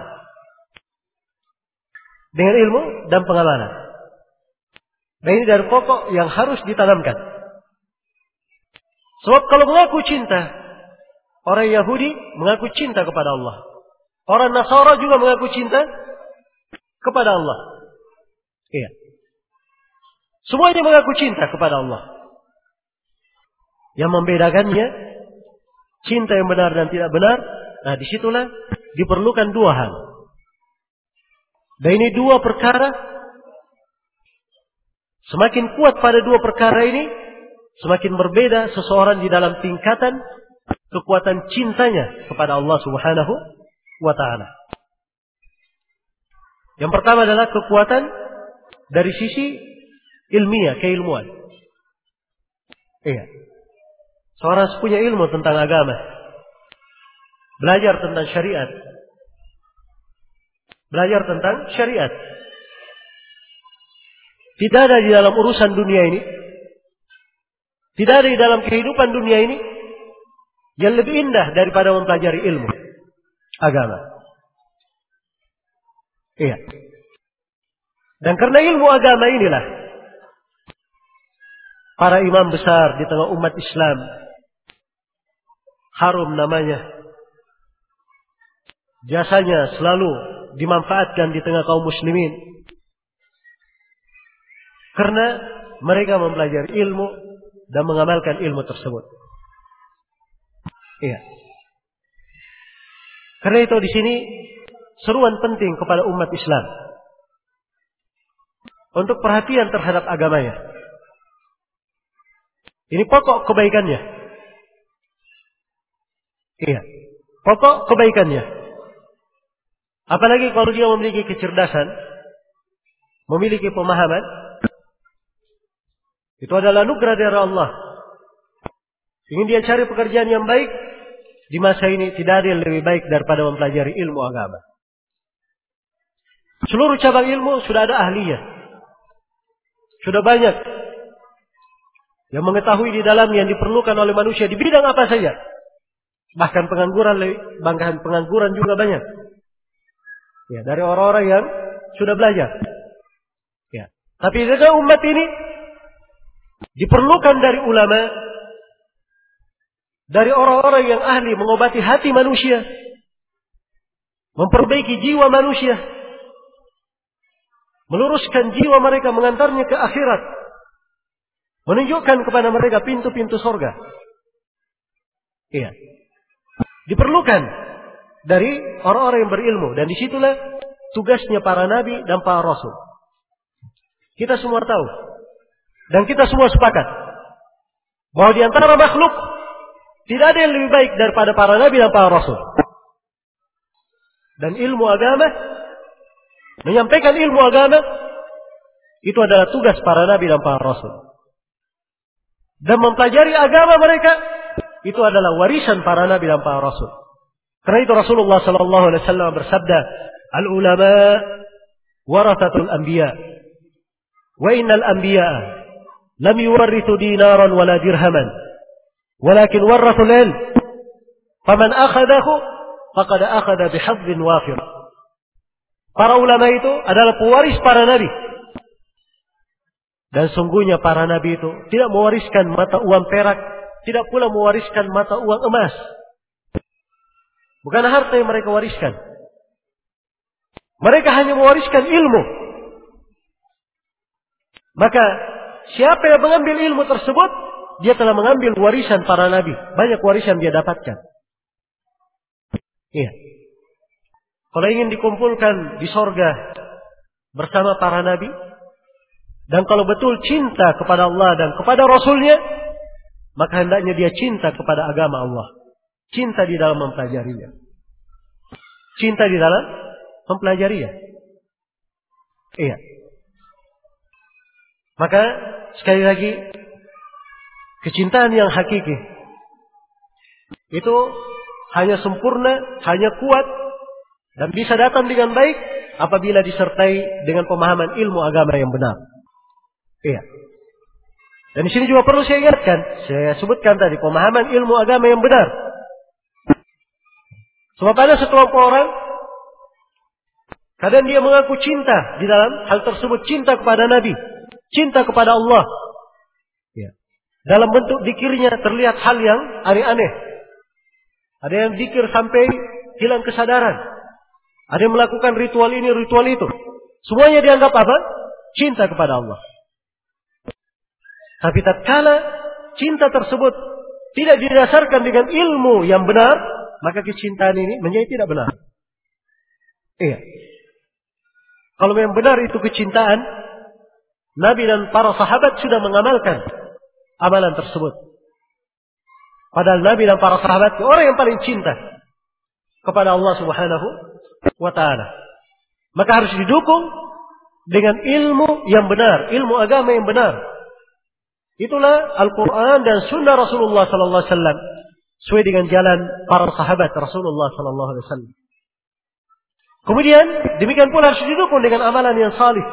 Dengan ilmu dan pengamalan. Dan ini dari pokok yang harus ditanamkan. Sebab kalau mengaku cinta, orang Yahudi mengaku cinta kepada Allah. Orang Nasara juga mengaku cinta kepada Allah. Iya. Semuanya mengaku cinta kepada Allah. Yang membedakannya cinta yang benar dan tidak benar. Nah, disitulah diperlukan dua hal. Dan ini dua perkara. Semakin kuat pada dua perkara ini, semakin berbeda seseorang di dalam tingkatan kekuatan cintanya kepada Allah Subhanahu wa ta'ala. Yang pertama adalah kekuatan dari sisi ilmiah, keilmuan. Iya. Seorang punya ilmu tentang agama. Belajar tentang syariat. Belajar tentang syariat. Tidak ada di dalam urusan dunia ini. Tidak ada di dalam kehidupan dunia ini yang lebih indah daripada mempelajari ilmu agama. Iya. Dan karena ilmu agama inilah para imam besar di tengah umat Islam harum namanya. Jasanya selalu dimanfaatkan di tengah kaum muslimin. Karena mereka mempelajari ilmu dan mengamalkan ilmu tersebut. Iya. Karena itu di sini seruan penting kepada umat Islam untuk perhatian terhadap agamanya. Ini pokok kebaikannya. Iya. Pokok kebaikannya. Apalagi kalau dia memiliki kecerdasan, memiliki pemahaman, itu adalah anugerah dari Allah. Ingin dia cari pekerjaan yang baik, di masa ini tidak ada yang lebih baik daripada mempelajari ilmu agama. Seluruh cabang ilmu sudah ada ahlinya. Sudah banyak yang mengetahui di dalam yang diperlukan oleh manusia di bidang apa saja. Bahkan pengangguran juga banyak. Ya, dari orang-orang yang sudah belajar. Ya. Tapi dengan umat ini diperlukan dari ulama, dari orang-orang yang ahli mengobati hati manusia, memperbaiki jiwa manusia, meluruskan jiwa mereka, mengantarnya ke akhirat, menunjukkan kepada mereka pintu-pintu surga. Iya. Diperlukan dari orang-orang yang berilmu, dan disitulah tugasnya para nabi dan para rasul. Kita semua tahu dan kita semua sepakat bahwa di antara makhluk tidak ada yang lebih baik daripada para nabi dan para rasul. Dan ilmu agama, menyampaikan ilmu agama, itu adalah tugas para nabi dan para rasul. Dan mempelajari agama mereka, itu adalah warisan para nabi dan para rasul. Karena itu Rasulullah sallallahu alaihi wasallam bersabda, "Al-ulama warathatul anbiya. Wa innal anbiya lam yuwarrithu dinaran wala dirhaman, walakin warrathul ilm. Faman akhadahu faqad akhadha bihadhin wafir." Para ulama itu adalah pewaris para nabi. Dan sungguhnya para nabi itu tidak mewariskan mata uang perak, tidak pula mewariskan mata uang emas. Bukan harta yang mereka wariskan. Mereka hanya mewariskan ilmu. Maka siapa yang mengambil ilmu tersebut, dia telah mengambil warisan para nabi. Banyak warisan dia dapatkan. Iya. Kalau ingin dikumpulkan di sorga bersama para nabi, dan kalau betul cinta kepada Allah dan kepada Rasulnya, maka hendaknya dia cinta kepada agama Allah. Cinta di dalam mempelajarinya. Cinta di dalam mempelajarinya. Iya. Maka sekali lagi, kecintaan yang hakiki itu hanya sempurna, hanya kuat, dan bisa datang dengan baik apabila disertai dengan pemahaman ilmu agama yang benar. Iya. Dan di sini juga perlu saya ingatkan, saya sebutkan tadi pemahaman ilmu agama yang benar. Sebab ada sekelompok orang, kadang dia mengaku cinta di dalam hal tersebut, cinta kepada Nabi, cinta kepada Allah. Ya. Dalam bentuk zikirnya terlihat hal yang aneh-aneh. Ada yang zikir sampai hilang kesadaran. Ada yang melakukan ritual ini, ritual itu. Semuanya dianggap apa? Cinta kepada Allah. Tapi tatkala cinta tersebut tidak didasarkan dengan ilmu yang benar, maka kecintaan ini menjadi tidak benar. Iya. Kalau memang benar itu kecintaan, Nabi dan para sahabat sudah mengamalkan amalan tersebut. Padahal Nabi dan para sahabat orang yang paling cinta kepada Allah Subhanahu wa ta'ala. Maka harus didukung dengan ilmu yang benar, ilmu agama yang benar. Itulah Al-Quran dan Sunnah Rasulullah Sallallahu Alaihi Wasallam sesuai dengan jalan para sahabat Rasulullah Sallallahu Alaihi Wasallam. Kemudian demikian pula harus didukung dengan amalan yang salih.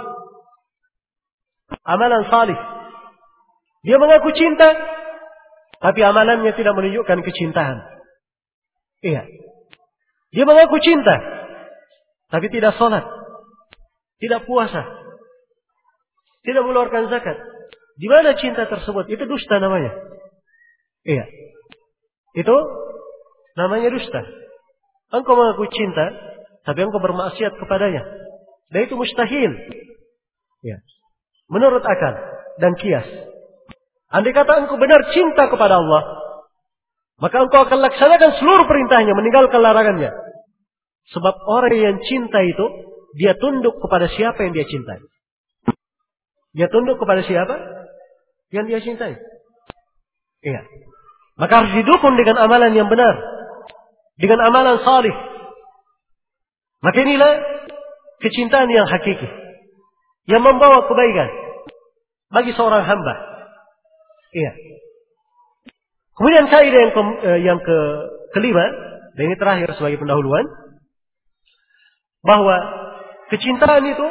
Amalan salih. Dia mengaku cinta, tapi amalannya tidak menunjukkan kecintaan. Iya. Dia mengaku cinta, tapi tidak salat, tidak puasa, tidak mengeluarkan zakat. Di mana cinta tersebut? Itu dusta namanya. Iya. Itu namanya dusta. Engkau mengaku cinta, tapi engkau bermaksiat kepadanya. Dan itu mustahil. Ya. Menurut akal dan kias. Andai kata engkau benar cinta kepada Allah, maka engkau akan laksanakan seluruh perintahnya, meninggalkan larangannya. Sebab orang yang cinta itu, dia tunduk kepada siapa yang dia cintai. Dia tunduk kepada siapa yang dia cintai. Iya. Maka harus didukung dengan amalan yang benar, dengan amalan salih. Maka inilah kecintaan yang hakiki, yang membawa kebaikan bagi seorang hamba. Iya. Kemudian kaidah yang kelima, dan ini terakhir sebagai pendahuluan, bahwa kecintaan itu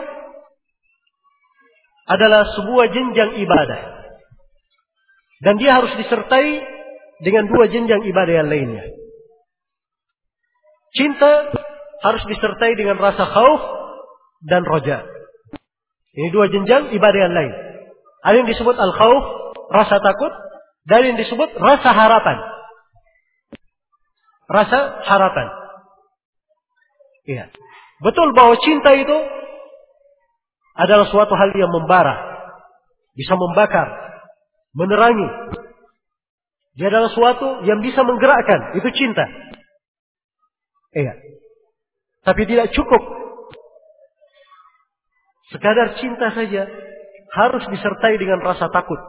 adalah sebuah jenjang ibadah. Dan dia harus disertai dengan dua jenjang ibadah yang lainnya. Cinta harus disertai dengan rasa khauf dan roja. Ini dua jenjang ibadah yang lain. Ada yang disebut al-khauf, rasa takut, dan yang disebut rasa harapan. Rasa harapan. Iya. Betul bahwa cinta itu adalah suatu hal yang membara, bisa membakar, menerangi. Dia adalah suatu yang bisa menggerakkan. Itu cinta. Iya. Tapi tidak cukup sekadar cinta saja. Harus disertai dengan rasa takut.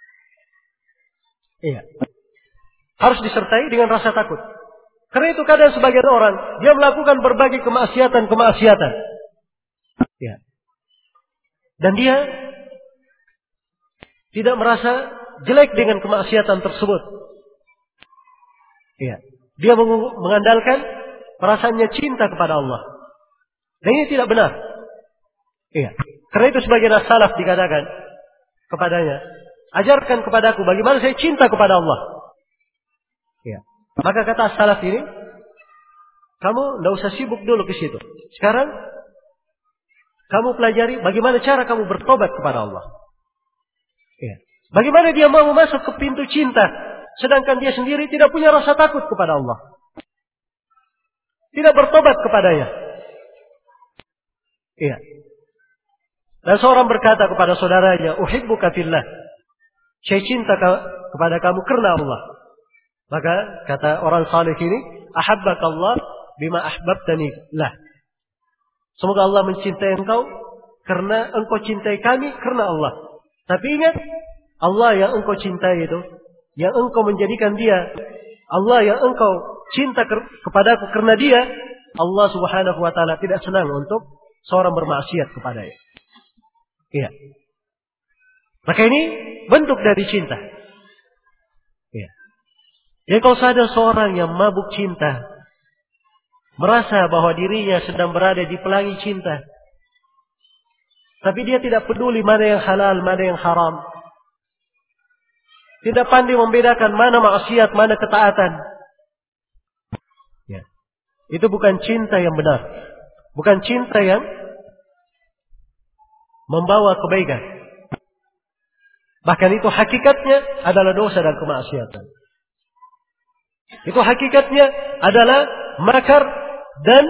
Iya. Harus disertai dengan rasa takut. Karena itu kadang sebagian orang, dia melakukan berbagai kemaksiatan. Iya. Dan dia tidak merasa jelek dengan kemaksiatan tersebut. Iya. Dia mengandalkan perasaannya cinta kepada Allah. Dan ini tidak benar. Iya. Karena itu sebagian as-salaf dikatakan kepadanya, ajarkan kepadaku bagaimana saya cinta kepada Allah. Iya. Maka kata as-salaf ini, kamu tidak usah sibuk dulu ke situ. Sekarang kamu pelajari bagaimana cara kamu bertobat kepada Allah. Ya. Bagaimana dia mau masuk ke pintu cinta, sedangkan dia sendiri tidak punya rasa takut kepada Allah, tidak bertobat kepadanya. Iya. Dan seorang berkata kepada saudaranya, uhibbuka fillah, saya cinta kepada kamu karena Allah. Maka kata orang saleh ini, ahabbaka Allah bima ahbabtani lah. Semoga Allah mencintai engkau karena engkau cintai kami karena Allah. Tapi ingat, Allah yang engkau cintai itu, yang engkau menjadikan dia, Allah yang engkau cinta kepadaku karena dia, Allah Subhanahu wa ta'ala tidak senang untuk seorang bermaksiat kepadanya. Iya. Maka ini bentuk dari cinta. Iya. Jadi kalau ada seorang yang mabuk cinta, merasa bahwa dirinya sedang berada di pelangi cinta. Tapi dia tidak peduli mana yang halal, mana yang haram. Tidak pandai membedakan mana maksiat, mana ketaatan. Ya. Itu bukan cinta yang benar. Bukan cinta yang membawa kebaikan. Bahkan itu hakikatnya adalah dosa dan kemaksiatan. Itu hakikatnya adalah makar dan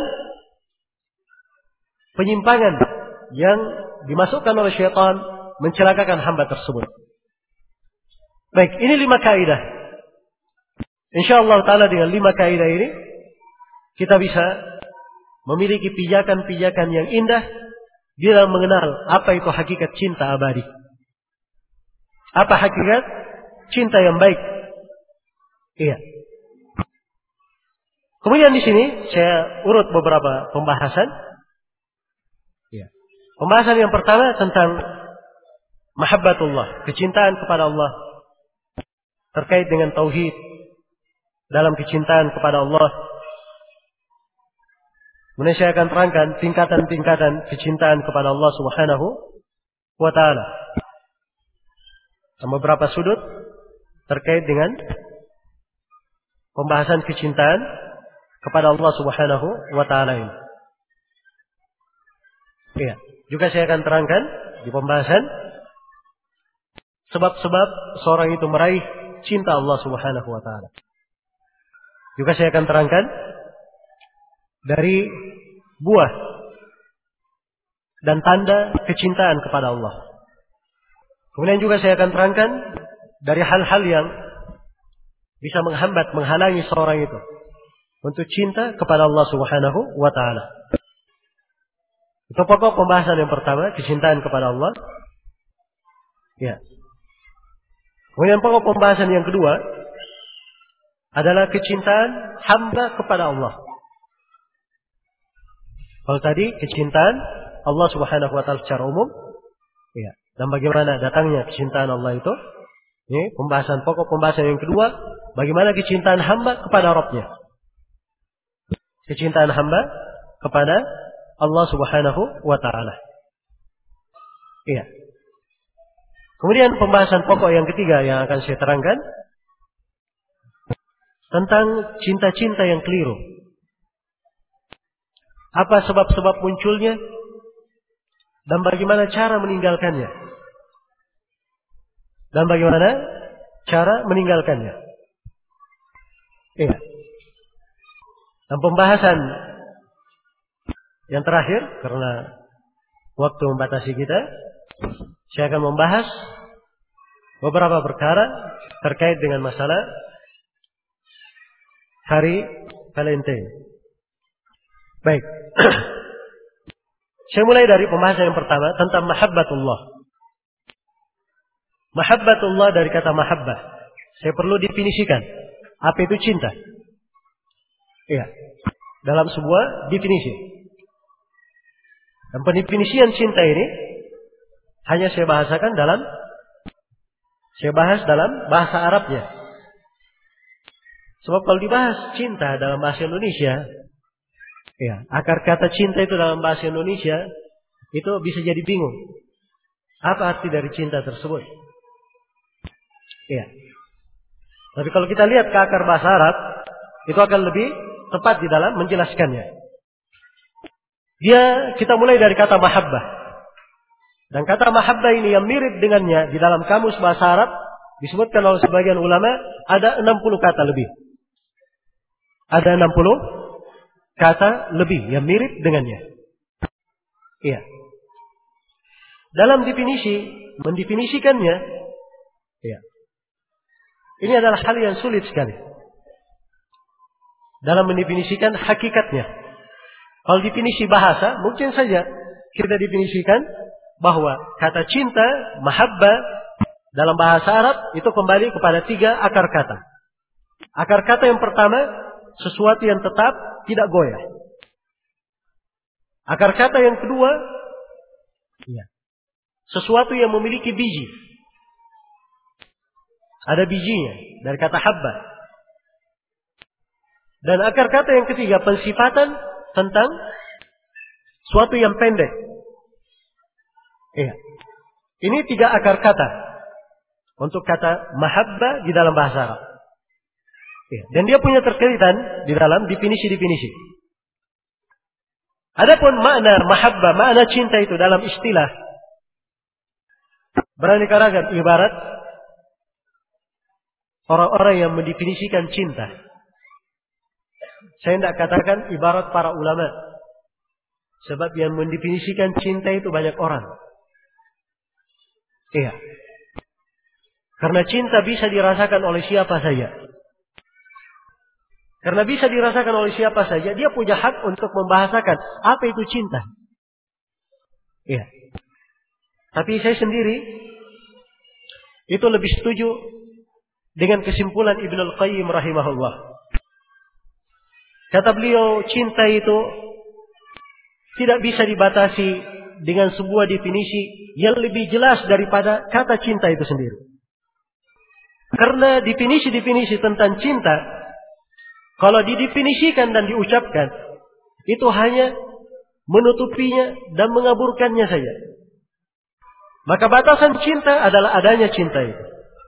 penyimpangan yang dimasukkan oleh syaitan mencelakakan hamba tersebut. Baik, ini 5 kaidah. InsyaAllah ta'ala dengan 5 kaidah ini kita bisa memiliki pijakan-pijakan yang indah bila mengenal apa itu hakikat cinta abadi. Apa hakikat cinta yang baik? Iya. Kemudian di sini saya urut beberapa pembahasan. Iya. Pembahasan yang pertama tentang mahabbatullah, kecintaan kepada Allah terkait dengan tauhid dalam kecintaan kepada Allah. Kemudian saya akan terangkan tingkatan-tingkatan kecintaan kepada Allah Subhanahu wa taala. Beberapa sudut terkait dengan pembahasan kecintaan kepada Allah Subhanahu wa taala ini. Iya, juga saya akan terangkan di pembahasan sebab-sebab seorang itu meraih cinta Allah Subhanahu wa taala. Juga saya akan terangkan dari buah dan tanda kecintaan kepada Allah. Kemudian juga saya akan terangkan dari hal-hal yang bisa menghambat, menghalangi seorang itu untuk cinta kepada Allah Subhanahu wa taala. Itu pokok pembahasan yang pertama, kecintaan kepada Allah. Ya. Kemudian pokok pembahasan yang kedua adalah kecintaan hamba kepada Allah. Kalau tadi kecintaan Allah Subhanahu wa taala secara umum, ya. Dan bagaimana datangnya kecintaan Allah itu? Ini pembahasan pokok pembahasan yang kedua, bagaimana kecintaan hamba kepada Rabb-Nya. Kecintaan hamba kepada Allah Subhanahu wa taala. Iya. Kemudian pembahasan pokok yang ketiga yang akan saya terangkan tentang cinta-cinta yang keliru. Apa sebab-sebab munculnya dan bagaimana cara meninggalkannya. Dan bagaimana cara meninggalkannya. Iya. Dan pembahasan yang terakhir, karena waktu membatasi kita, saya akan membahas beberapa perkara terkait dengan masalah hari Valentine. Baik. Saya mulai dari pembahasan yang pertama tentang mahabbatullah. Mahabbatullah dari kata mahabbah. Saya perlu definisikan apa itu cinta. Iya. Dalam sebuah definisi. Dan pendefinisian cinta ini hanya saya bahas dalam bahasa Arabnya. Sebab kalau dibahas cinta dalam bahasa Indonesia, ya, akar kata cinta itu dalam bahasa Indonesia itu bisa jadi bingung. Apa arti dari cinta tersebut? Ya. Tapi kalau kita lihat ke akar bahasa Arab, itu akan lebih tepat di dalam menjelaskannya. Kita mulai dari kata mahabbah. Dan kata mahabbah ini yang mirip dengannya di dalam kamus bahasa Arab disebutkan oleh sebagian ulama ada 60 kata lebih. Ada 60 kata lebih yang mirip dengannya. Iya. Dalam mendefinisikannya, iya. Ini adalah hal yang sulit sekali. Dalam mendefinisikan hakikatnya. Kalau definisi bahasa, mungkin saja kita definisikan bahwa kata cinta, mahabbah, dalam bahasa Arab itu kembali kepada 3 akar kata. Akar kata yang pertama, sesuatu yang tetap, tidak goyah. Akar kata yang kedua, ya, sesuatu yang memiliki biji. Ada bijinya dari kata habba. Dan akar kata yang ketiga, pensifatan tentang suatu yang pendek. Iya. Ini 3 akar kata untuk kata mahabbah di dalam bahasa Arab. Iya. Dan dia punya terkaitan di dalam definisi-definisi. Adapun makna mahabbah, makna cinta itu dalam istilah beraneka ragam, ibarat orang-orang yang mendefinisikan cinta. Saya tidak katakan ibarat para ulama. Sebab yang mendefinisikan cinta itu banyak orang. Iya. Karena cinta bisa dirasakan oleh siapa saja. Karena bisa dirasakan oleh siapa saja, dia punya hak untuk membahasakan apa itu cinta. Iya. Tapi saya sendiri itu lebih setuju dengan kesimpulan Ibnu Al-Qayyim rahimahullah. Kata beliau, cinta itu tidak bisa dibatasi dengan sebuah definisi yang lebih jelas daripada kata cinta itu sendiri. Karena definisi-definisi tentang cinta, kalau didefinisikan dan diucapkan, itu hanya menutupinya dan mengaburkannya saja. Maka batasan cinta adalah adanya cinta itu.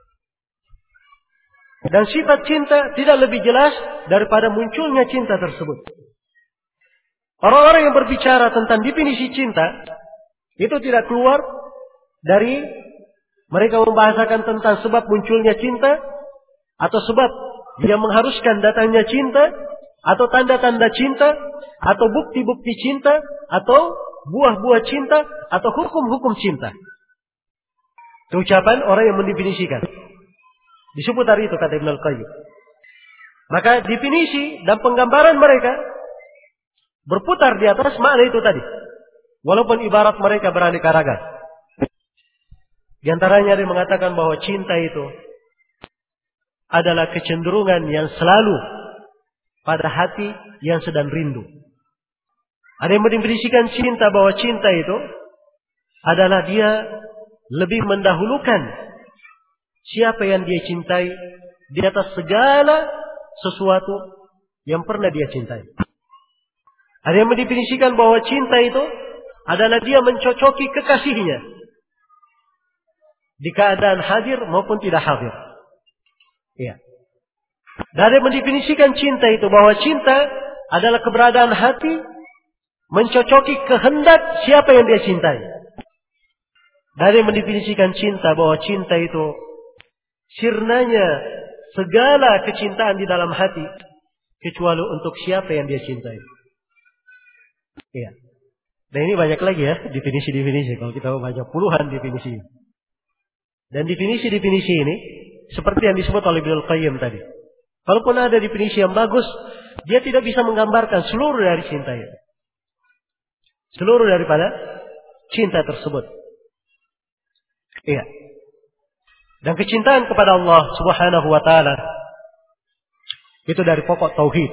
Dan sifat cinta tidak lebih jelas daripada munculnya cinta tersebut. Orang-orang yang berbicara tentang definisi cinta, itu tidak keluar dari mereka membahasakan tentang sebab munculnya cinta, atau sebab yang mengharuskan datangnya cinta, atau tanda-tanda cinta, atau bukti-bukti cinta, atau buah-buah cinta, atau hukum-hukum cinta. Itu ucapan orang yang mendefinisikan. Disebut hari itu kata Ibnu Al-Qayyim. Maka definisi dan penggambaran mereka berputar di atas makna itu tadi. Walaupun ibarat mereka beraneka ragam. Di antaranya dia mengatakan bahwa cinta itu adalah kecenderungan yang selalu pada hati yang sedang rindu. Ada yang mendefinisikan cinta bahwa cinta itu adalah dia lebih mendahulukan siapa yang dia cintai di atas segala sesuatu yang pernah dia cintai. Ada yang mendefinisikan bahwa cinta itu adalah dia mencocoki kekasihnya di keadaan hadir maupun tidak hadir. Iya. Dan ada yang mendefinisikan cinta itu bahwa cinta adalah keberadaan hati mencocoki kehendak siapa yang dia cintai. Dan ada yang mendefinisikan cinta bahwa cinta itu sirnanya segala kecintaan di dalam hati kecuali untuk siapa yang dia cintai. Iya. Dan ini banyak lagi ya definisi-definisi. Kalau kita baca puluhan definisi. Dan definisi-definisi ini seperti yang disebut oleh Ibnu Al-Qayyim tadi. Kalaupun ada definisi yang bagus, dia tidak bisa menggambarkan seluruh dari cinta itu. Seluruh daripada cinta tersebut. Iya. Dan kecintaan kepada Allah Subhanahu wa taala itu dari pokok tauhid.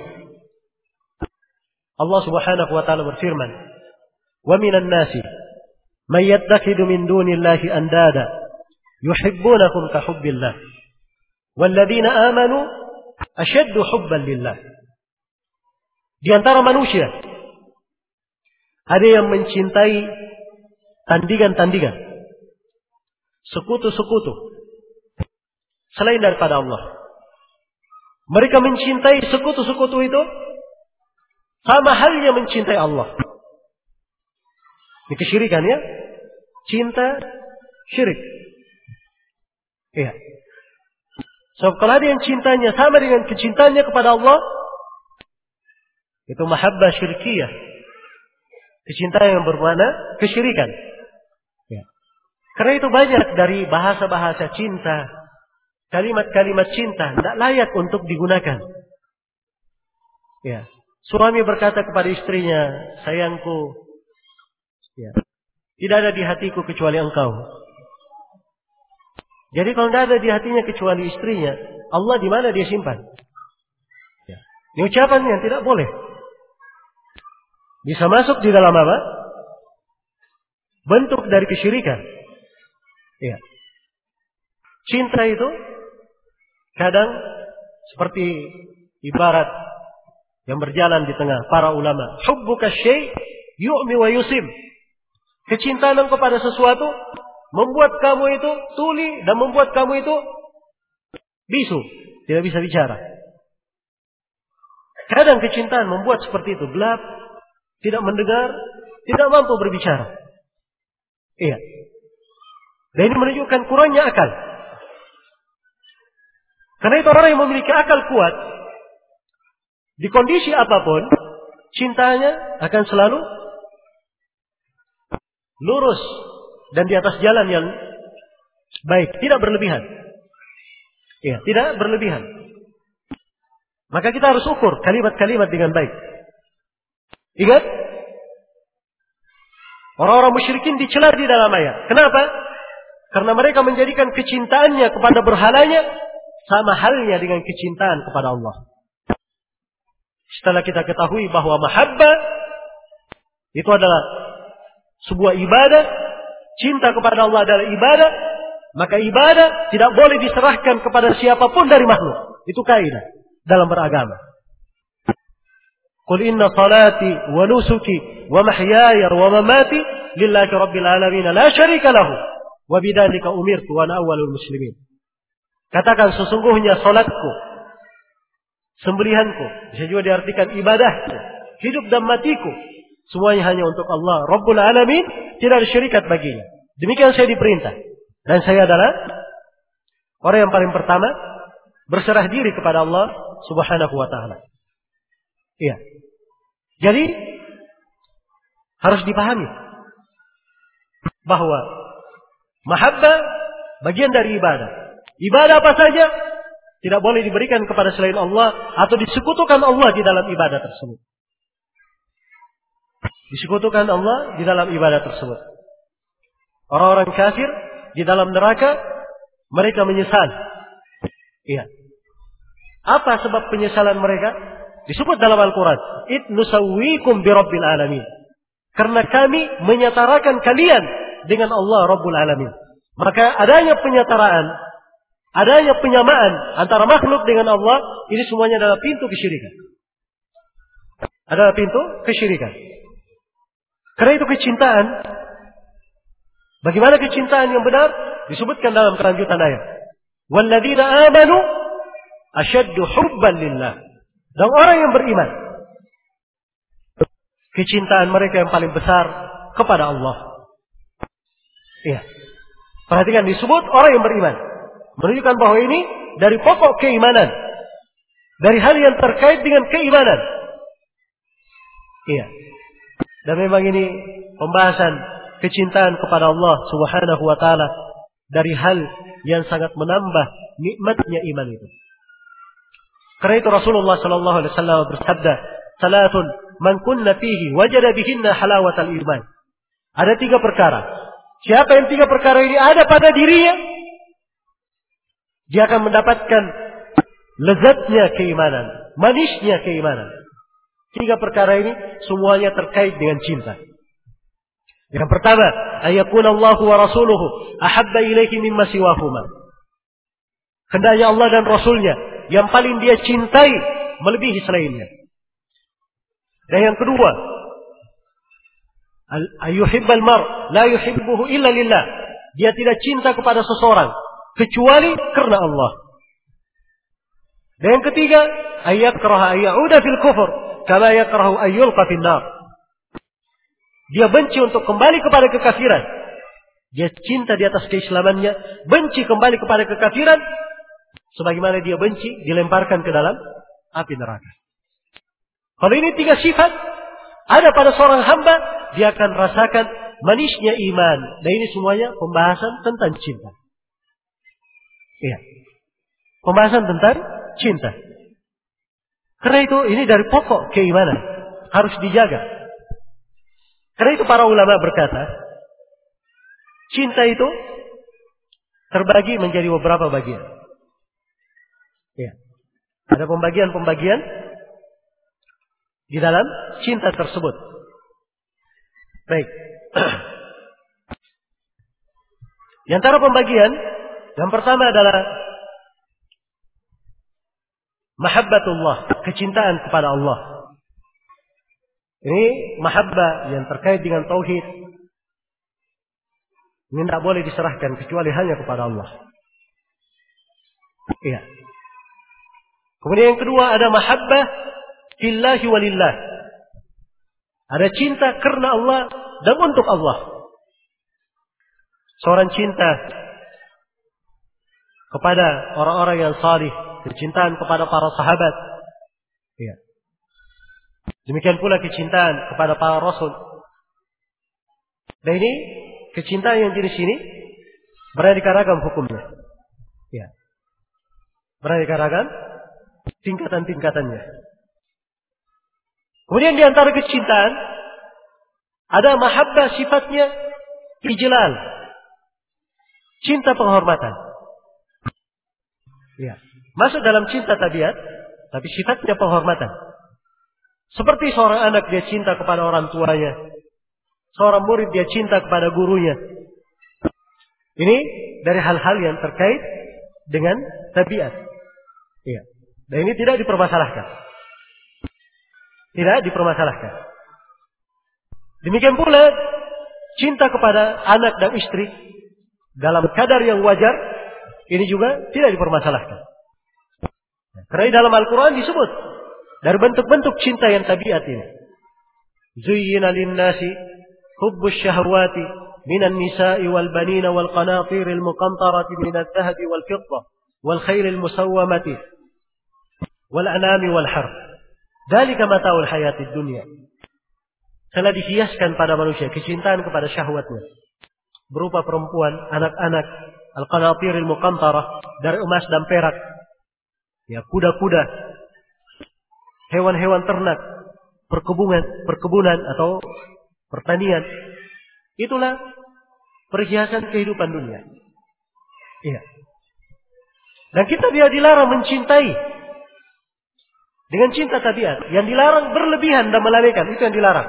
Allah Subhanahu wa taala berfirman, "Wa minan nasi may yattakhidu min dunillahi andada yuhibbunahum ka hubbillah. Walladzina amanu ashaddu hubban lillah." Di antara manusia ada yang mencintai tandingan-tandingan, sekutu-sekutu selain daripada Allah. Mereka mencintai sekutu-sekutu itu sama halnya mencintai Allah. Ini kesyirikan ya. Cinta syirik. Iya. So, kalau ada yang cintanya sama dengan kecintaannya kepada Allah, itu mahabbah syirkiyah. Kecintaan yang bermakna kesyirikan. Ya. Karena itu banyak dari bahasa-bahasa cinta, kalimat-kalimat cinta tidak layak untuk digunakan. Ya. Suami berkata kepada istrinya, sayangku, ya, tidak ada di hatiku kecuali engkau. Jadi kalau tidak ada di hatinya kecuali istrinya, Allah di mana dia simpan? Ya. Ini ucapan yang tidak boleh. Bisa masuk di dalam apa? Bentuk dari kesyirikan. Ya. Cinta itu kadang seperti ibarat yang berjalan di tengah para ulama. Hubbuka syai' yu'mi wa yusim. Kecintaan kepada sesuatu membuat kamu itu tuli dan membuat kamu itu bisu, tidak bisa bicara. Kadang kecintaan membuat seperti itu, gelap, tidak mendengar, tidak mampu berbicara. Iya. Dan ini menunjukkan kurangnya akal. Karena itu orang yang memiliki akal kuat, di kondisi apapun, cintanya akan selalu lurus dan di atas jalan yang baik, tidak berlebihan. Iya, tidak berlebihan. Maka kita harus ukur kalimat-kalimat dengan baik. Ingat, orang-orang musyrikin dicela di dalam ayat. Kenapa? Karena mereka menjadikan kecintaannya kepada berhalanya sama halnya dengan kecintaan kepada Allah. Setelah kita ketahui bahwa mahabbah itu adalah sebuah ibadah, cinta kepada Allah adalah ibadah, maka ibadah tidak boleh diserahkan kepada siapapun dari makhluk. Itu kaidah dalam beragama. Qul inna salati wa nusuki wa mahyaya wa mamati lillahi rabbil alamin la syarika lahu wa bidzalika umirtu wa ana awwalul muslimin. Katakan sesungguhnya salatku, sembelihanku, bisa juga diartikan ibadahku, hidup dan matiku, semuanya hanya untuk Allah Rabbul Alamin, tidak ada syirikat baginya. Demikian saya diperintah. Dan saya adalah orang yang paling pertama berserah diri kepada Allah Subhanahu wa ta'ala. Iya. Jadi harus dipahami bahwa mahabbah bagian dari ibadah. Ibadah apa saja tidak boleh diberikan kepada selain Allah atau disekutukan Allah di dalam ibadah tersebut. Disekutukan Allah di dalam ibadah tersebut. Orang-orang kafir di dalam neraka mereka menyesal. Iya. Apa sebab penyesalan mereka? Disebut dalam Al-Quran. Nusawwikum birabbil alamin. Karena kami menyetarakan kalian dengan Allah Rabbul Alamin. Maka adanya penyetaraan, adanya penyamaan antara makhluk dengan Allah, ini semuanya adalah pintu kesyirikan. Adalah pintu kesyirikan. Karena itu kecintaan, bagaimana kecintaan yang benar? Disebutkan dalam kelanjutan ayat. Walladzina amanu asyaddu hubban lillah. Dan orang yang beriman, kecintaan mereka yang paling besar kepada Allah. Iya. Perhatikan, disebut orang yang beriman. Menunjukkan bahwa ini dari pokok keimanan. Dari hal yang terkait dengan keimanan. Iya. Dan memang ini pembahasan kecintaan kepada Allah Subhanahu wa ta'ala dari hal yang sangat menambah nikmatnya iman itu. Karena itu Rasulullah sallallahu alaihi wasallam bersabda, "Salatun man kunna fihi wajada bihinna halawatal iman." Ada 3 perkara. Siapa yang 3 perkara ini ada pada dirinya, dia akan mendapatkan lezatnya keimanan, manisnya keimanan. 3 perkara ini semuanya terkait dengan cinta. Yang pertama, ayakunallahu wa rasuluhu ahabba ilaihi mimma siwahuma. Hendaknya Allah dan Rasulnya yang paling dia cintai melebihi selainnya. Dan yang kedua, ayyuhibbal mar la yuhibbuhu illa lillah. Dia tidak cinta kepada seseorang kecuali karena Allah. Dan yang ketiga, ayyakraha ayyauda fil kufur kama yakrahu ayyulqa fin nar. Dia benci untuk kembali kepada kekafiran. Dia cinta di atas keislamannya, benci kembali kepada kekafiran sebagaimana dia benci dilemparkan ke dalam api neraka. Kalau ini 3 sifat ada pada seorang hamba, dia akan rasakan manisnya iman. Dan ini semuanya pembahasan tentang cinta. Iya. Pembahasan tentang cinta. Karena itu ini dari pokok keimanan, harus dijaga. Karena itu para ulama berkata, cinta itu terbagi menjadi beberapa bagian. Ya. Ada pembagian-pembagian di dalam cinta tersebut. Baik. Di antara pembagian, yang pertama adalah mahabbatullah, kecintaan kepada Allah. Ini mahabbah yang terkait dengan tauhid. Ini tidak boleh diserahkan kecuali hanya kepada Allah. Iya. Kemudian yang kedua ada mahabbah fillahi walillah. Ada cinta karena Allah dan untuk Allah. Seorang cinta kepada orang-orang yang salih, kecintaan kepada para sahabat. Iya. Demikian pula kecintaan kepada para rasul. Dan ini kecintaan yang jenis ini beraneka ragam hukumnya. Ya. Beraneka ragam tingkatan-tingkatannya. Kemudian di antara kecintaan ada mahabbah sifatnya ijlal. Cinta penghormatan. Ya. Masuk dalam cinta tabiat, tapi sifatnya penghormatan. Seperti seorang anak dia cinta kepada orang tuanya. Seorang murid dia cinta kepada gurunya. Ini dari hal-hal yang terkait dengan tabiat. Iya. Dan ini tidak dipermasalahkan. Tidak dipermasalahkan. Demikian pula cinta kepada anak dan istri dalam kadar yang wajar, ini juga tidak dipermasalahkan. Karena dalam Al-Quran disebut dari bentuk-bentuk cinta yang tabiat ini. Zuyyina lin-nasi hubbus syahwati minan nisa'i wal banina wal qanatiril muqantarati minadh dhahabi wal fiddah wal khairil musawwamati wal anami wal harth. Dzalika mata'ul hayatid dunya. Telah dihiaskan pada manusia kecintaan kepada syahwatnya berupa perempuan, anak-anak, al-qanatiril muqantarah dari emas dan perak. Ya, kuda-kuda, hewan-hewan ternak, perkebunan atau pertanian. Itulah perhiasan kehidupan dunia. Iya. Dan kita dia dilarang mencintai dengan cinta tabiat. Yang dilarang berlebihan dan melalaikan. Itu yang dilarang.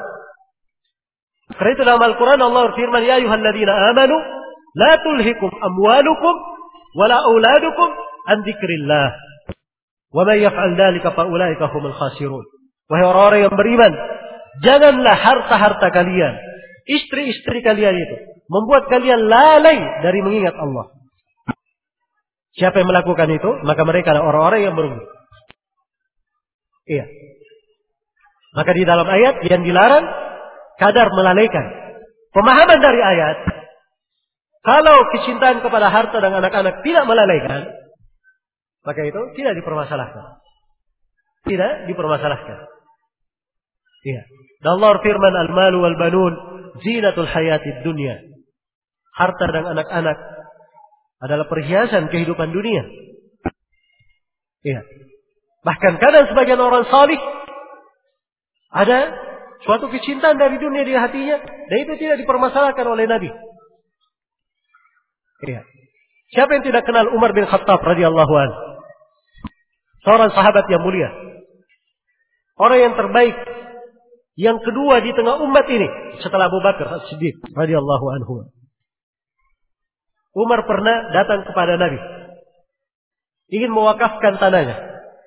Karena itu dalam Al-Quran Allah berfirman, Ya ayyuhalladzina amanu la tulhikum amwalukum wala auladukum an dzikrillah. Wa may yaf'al dzalika fa ulaika humul khasirun. Wahai orang-orang yang beriman, janganlah harta-harta kalian, istri-istri kalian itu membuat kalian lalai dari mengingat Allah. Siapa yang melakukan itu, maka mereka adalah orang-orang yang merugi. Iya. Maka di dalam ayat yang dilarang kadar melalaikan. Pemahaman dari ayat, kalau kecintaan kepada harta dan anak-anak tidak melalaikan, maka itu tidak dipermasalahkan. Tidak dipermasalahkan. Iya. Dan Allah firman al-malu wal banun zinatul hayatid dunya. Harta dan anak-anak adalah perhiasan kehidupan dunia. Iya. Bahkan kadang sebagian orang salih ada suatu kecintaan dari dunia di hatinya dan itu tidak dipermasalahkan oleh Nabi. Iya. Siapa yang tidak kenal Umar bin Khattab radhiyallahu anhu? Seorang sahabat yang mulia. Orang yang terbaik. Yang kedua di tengah umat ini setelah Abu Bakar As-Siddiq radhiyallahu anhu. Umar pernah datang kepada Nabi. Ingin mewakafkan tanahnya.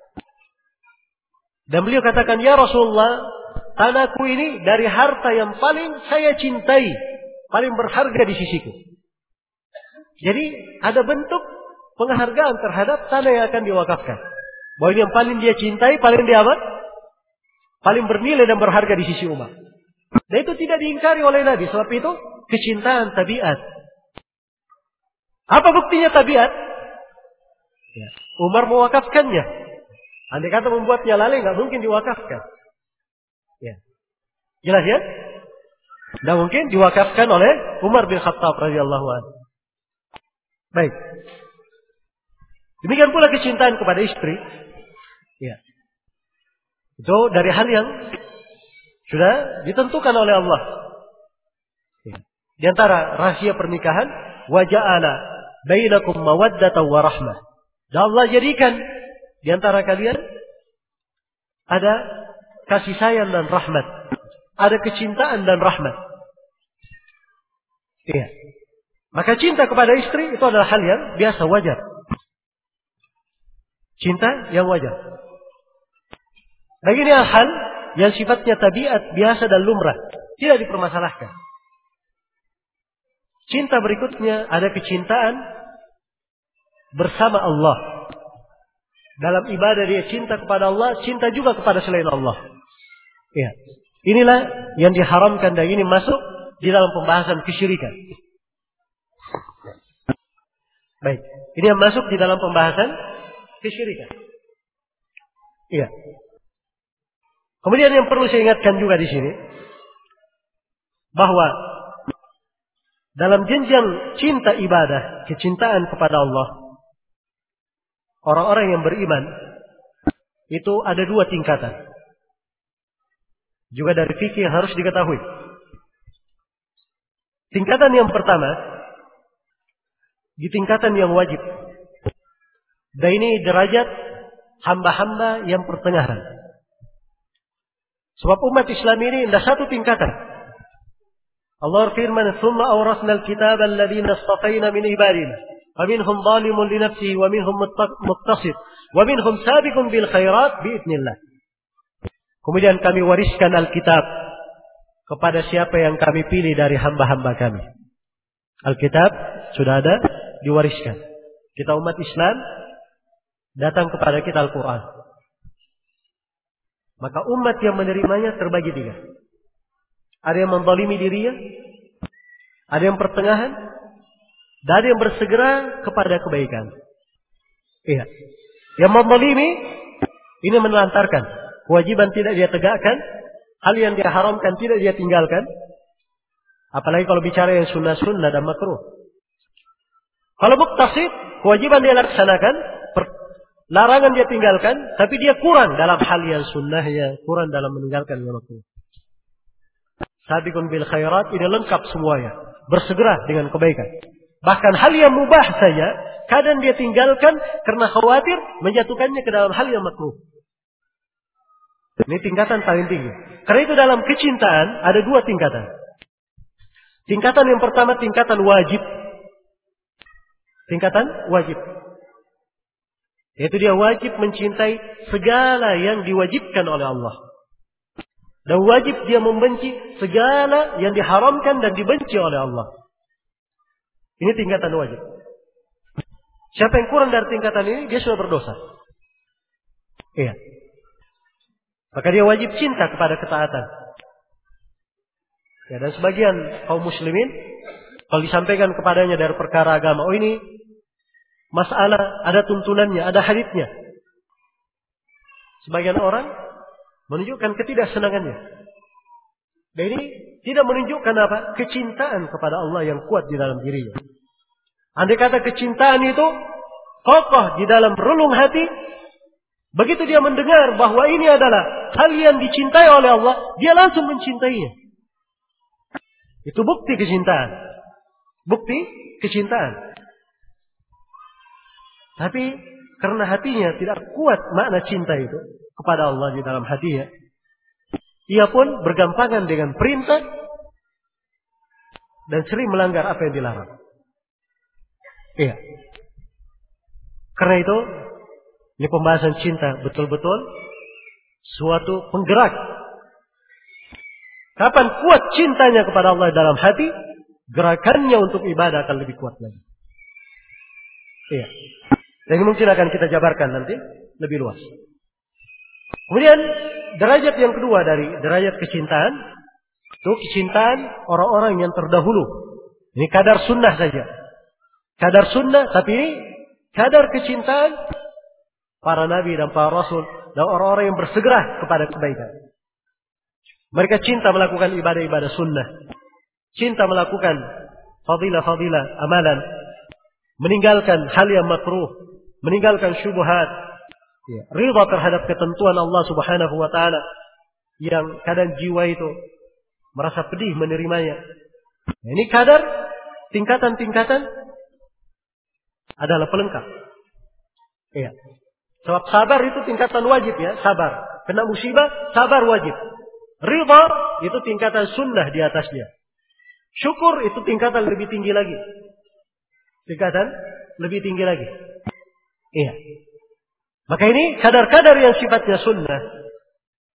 Dan beliau katakan, Ya Rasulullah, tanahku ini dari harta yang paling saya cintai. Paling berharga di sisiku. Jadi ada bentuk penghargaan terhadap tanah yang akan diwakafkan. Bahwa ini yang paling dia cintai, paling dia apa? Paling bernilai dan berharga di sisi umat. Dan itu tidak diingkari oleh Nabi. Sebab itu kecintaan tabiat. Apa buktinya tabiat? Ya. Umar mewakafkannya. Andai kata membuatnya lalai, nggak mungkin diwakafkan. Ya. Jelas ya? Nggak mungkin diwakafkan oleh Umar bin Khattab radhiyallahu anhu. Baik. Demikian pula kecintaan kepada istri. Ya. Itu dari hal yang sudah ditentukan oleh Allah. Ya. Di antara rahasia pernikahan, wa ja'ala bainakum mawaddatan wa rahmah. Dan Allah jadikan di antara kalian ada kasih sayang dan rahmat. Ada kecintaan dan rahmat. Iya. Maka cinta kepada istri itu adalah hal yang biasa, wajar. Cinta yang wajar. Lagi ini hal yang sifatnya tabiat, biasa dan lumrah. Tidak dipermasalahkan. Cinta berikutnya ada kecintaan bersama Allah. Dalam ibadah dia cinta kepada Allah, cinta juga kepada selain Allah. Ya. Inilah yang diharamkan dan ini masuk di dalam pembahasan kesyirikan. Baik, ini yang masuk di dalam pembahasan kesyirikan. Iya. Kemudian yang perlu saya ingatkan juga di sini bahwa dalam jenjang cinta ibadah, kecintaan kepada Allah, orang-orang yang beriman itu ada dua tingkatan. Juga dari fikih yang harus diketahui. Tingkatan yang pertama, di tingkatan yang wajib. Dan ini derajat hamba-hamba yang pertengahan. Sebab umat Islam ini ada satu tingkatan. Allah firman, "Tsumma awrasna al-kitaba alladziina istafayna min ibadina, wa minhum zalimun li nafsihi wa minhum muqtasid, wa minhum sabiqun bil khairat bi idznillah." Kemudian kami wariskan Alkitab kepada siapa yang kami pilih dari hamba-hamba kami. Alkitab sudah ada, diwariskan. Kita umat Islam datang kepada kita Al-Quran. Maka umat yang menerimanya terbagi tiga. Ada yang menzalimi dirinya, ada yang pertengahan, dan ada yang bersegera kepada kebaikan. Iya. Yang menzalimi ini menelantarkan, kewajiban tidak dia tegakkan, hal yang dia haramkan tidak dia tinggalkan. Apalagi kalau bicara yang sunnah-sunnah dan makruh. Kalau muqtasid, kewajiban dia laksanakan, larangan dia tinggalkan, tapi dia kurang dalam hal yang sunnahnya, kurang dalam meninggalkan yang makruh. Sabiqun bil khairat, ini lengkap semuanya, bersegera dengan kebaikan. Bahkan hal yang mubah saja, kadang dia tinggalkan karena khawatir menjatuhkannya ke dalam hal yang makruh. Ini tingkatan paling tinggi. Karena itu dalam kecintaan ada dua tingkatan. Tingkatan yang pertama tingkatan wajib. Tingkatan wajib. Yaitu dia wajib mencintai segala yang diwajibkan oleh Allah. Dan wajib dia membenci segala yang diharamkan dan dibenci oleh Allah. Ini tingkatan wajib. Siapa yang kurang dari tingkatan ini, dia sudah berdosa. Iya. Maka dia wajib cinta kepada ketaatan. Ya, dan sebagian kaum muslimin, kalau disampaikan kepadanya dari perkara agama, oh ini masalah, ada tuntunannya, ada haditsnya. Sebagian orang menunjukkan ketidaksenangannya. Dan ini tidak menunjukkan apa? Kecintaan kepada Allah yang kuat di dalam dirinya. Andai kata kecintaan itu kokoh di dalam relung hati, begitu dia mendengar bahwa ini adalah hal yang dicintai oleh Allah, dia langsung mencintainya. Itu bukti kecintaan. Bukti kecintaan. Tapi karena hatinya tidak kuat makna cinta itu kepada Allah di dalam hatinya, ia pun bergampangan dengan perintah dan sering melanggar apa yang dilarang. Iya. Karena itu, ini pembahasan cinta betul-betul suatu penggerak. Kapan kuat cintanya kepada Allah dalam hati, gerakannya untuk ibadah akan lebih kuat lagi. Iya. Dan ini mungkin akan kita jabarkan nanti lebih luas. Kemudian derajat yang kedua dari derajat kecintaan, itu kecintaan orang-orang yang terdahulu. Ini kadar sunnah saja. Kadar sunnah, tapi ini kadar kecintaan para nabi dan para rasul dan orang-orang yang bersegera kepada kebaikan. Mereka cinta melakukan ibadah-ibadah sunnah. Cinta melakukan fadilah-fadilah amalan. Meninggalkan hal yang makruh. Meninggalkan syubhat. Ya, ridha terhadap ketentuan Allah Subhanahu wa ta'ala. Yang kadang jiwa itu merasa pedih menerimanya. Nah, ini kadar tingkatan-tingkatan adalah pelengkap. Iya. Sebab sabar itu tingkatan wajib ya. Sabar. Kena musibah, sabar wajib. Ridha itu tingkatan sunnah di atasnya. Syukur itu tingkatan lebih tinggi lagi. Tingkatan lebih tinggi lagi. Iya. Maka ini kadar-kadar yang sifatnya sunnah.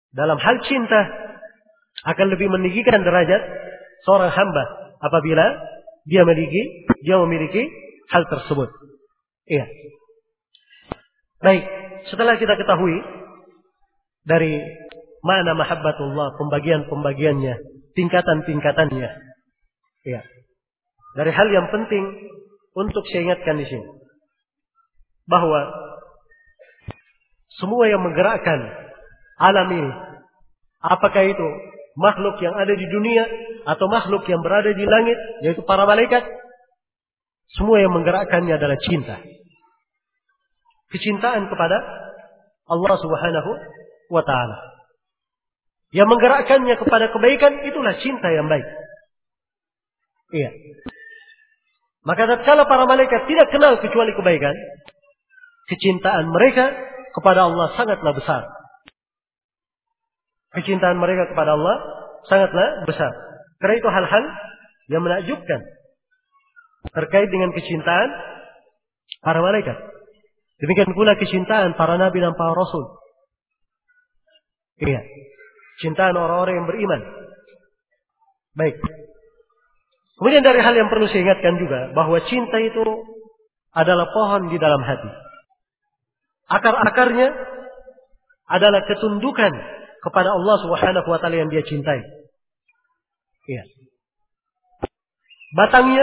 dalam hal cinta akan lebih meninggikan derajat seorang hamba apabila dia memiliki hal tersebut. Iya. Baik, setelah kita ketahui dari makna mahabbatullah, pembagian-pembagiannya, tingkatan-tingkatannya. Iya. Dari hal yang penting untuk saya ingatkan di sini bahwa semua yang menggerakkan alam ini, apakah itu makhluk yang ada di dunia atau makhluk yang berada di langit, yaitu para malaikat, semua yang menggerakkannya adalah cinta. Kecintaan kepada Allah Subhanahu wa ta'ala. Yang menggerakkannya kepada kebaikan, itulah cinta yang baik. Iya. Maka tatkala para malaikat tidak kenal kecuali kebaikan, kecintaan mereka kepada Allah sangatlah besar. Kecintaan mereka kepada Allah sangatlah besar. Karena itu hal-hal yang menakjubkan terkait dengan kecintaan para malaikat. Demikian pula kecintaan para nabi dan para rasul. Iya. Cintaan orang-orang yang beriman. Baik. Kemudian dari hal yang perlu saya ingatkan juga, bahwa cinta itu adalah pohon di dalam hati. Akar-akarnya adalah ketundukan kepada Allah Subhanahu wa ta'ala yang dia cintai. Iya. Batangnya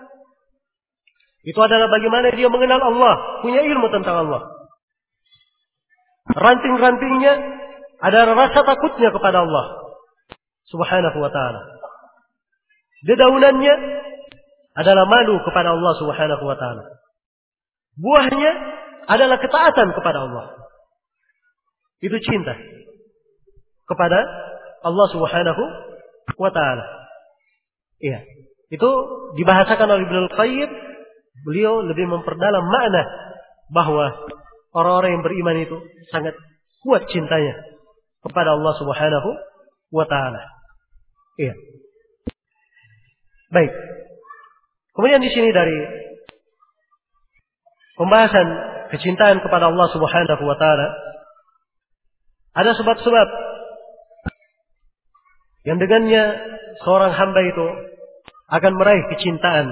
itu adalah bagaimana dia mengenal Allah, punya ilmu tentang Allah. Ranting-rantingnya adalah rasa takutnya kepada Allah Subhanahu wa ta'ala. Dedaunannya adalah malu kepada Allah Subhanahu wa ta'ala. Buahnya adalah ketaatan kepada Allah. Itu cinta kepada Allah Subhanahu wa ta'ala. Iya. Itu dibahasakan oleh Ibnu Qayyim. Beliau lebih memperdalam makna bahwa orang-orang yang beriman itu sangat kuat cintanya kepada Allah Subhanahu wa ta'ala. Iya. Baik. Kemudian di sini dari pembahasan kecintaan kepada Allah Subhanahu wa ta'ala, ada sebab-sebab yang dengannya seorang hamba itu akan meraih kecintaan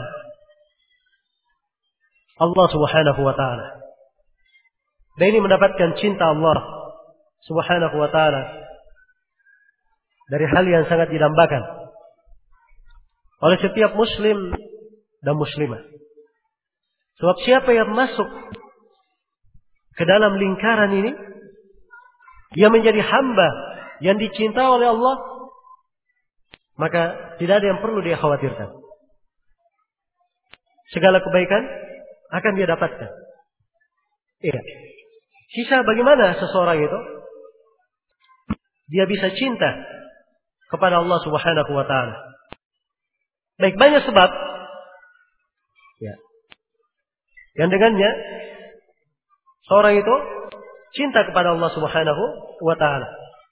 Allah Subhanahu wa ta'ala. Dan ini mendapatkan cinta Allah Subhanahu wa ta'ala dari hal yang sangat didambakan oleh setiap muslim dan muslimah. Sebab siapa yang masuk ke dalam lingkaran ini, yang menjadi hamba yang dicintai oleh Allah, maka tidak ada yang perlu dia khawatirkan. Segala kebaikan akan dia dapatkan. Iya. Sisa bagaimana seseorang itu dia bisa cinta kepada Allah Subhanahu wa ta'ala. Baik, banyak sebab ya, yang dengannya seorang itu cinta kepada Allah Subhanahu wa ta'ala.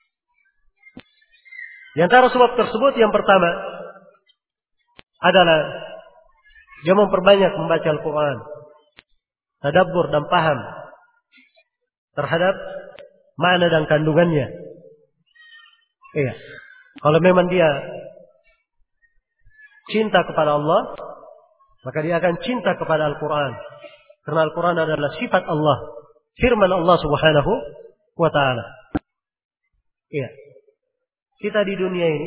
Di antara sebab tersebut yang pertama adalah dia memperbanyak membaca Al-Quran, tadabbur dan paham terhadap makna dan kandungannya. Iya. Kalau memang dia cinta kepada Allah, maka dia akan cinta kepada Al-Quran. Karena Al-Quran adalah sifat Allah, firman Allah Subhanahu wa ta'ala. Iya. Kita di dunia ini,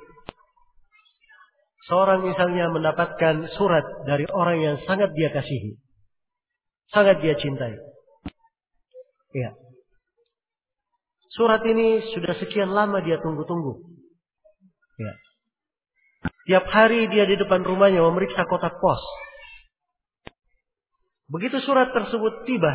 seorang misalnya mendapatkan surat dari orang yang sangat dia kasihi, sangat dia cintai. Iya. Surat ini sudah sekian lama dia tunggu-tunggu. Iya. Tiap hari dia di depan rumahnya memeriksa kotak pos. Begitu surat tersebut tiba,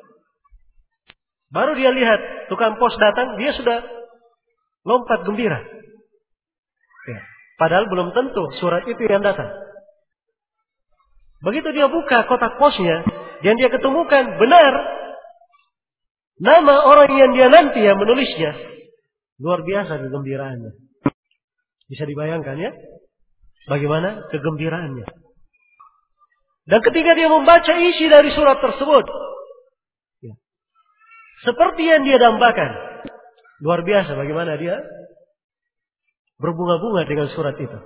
baru dia lihat tukang pos datang, dia sudah lompat gembira. Ya. Padahal belum tentu surat itu yang datang. Begitu dia buka kotak posnya, dan dia ketemukan benar nama orang yang dia nanti yang menulisnya, luar biasa kegembiraannya. Bisa dibayangkan ya, bagaimana kegembiraannya. Dan ketika dia membaca isi dari surat tersebut, ya, seperti yang dia dambakan, Luar biasa bagaimana dia berbunga-bunga dengan surat itu.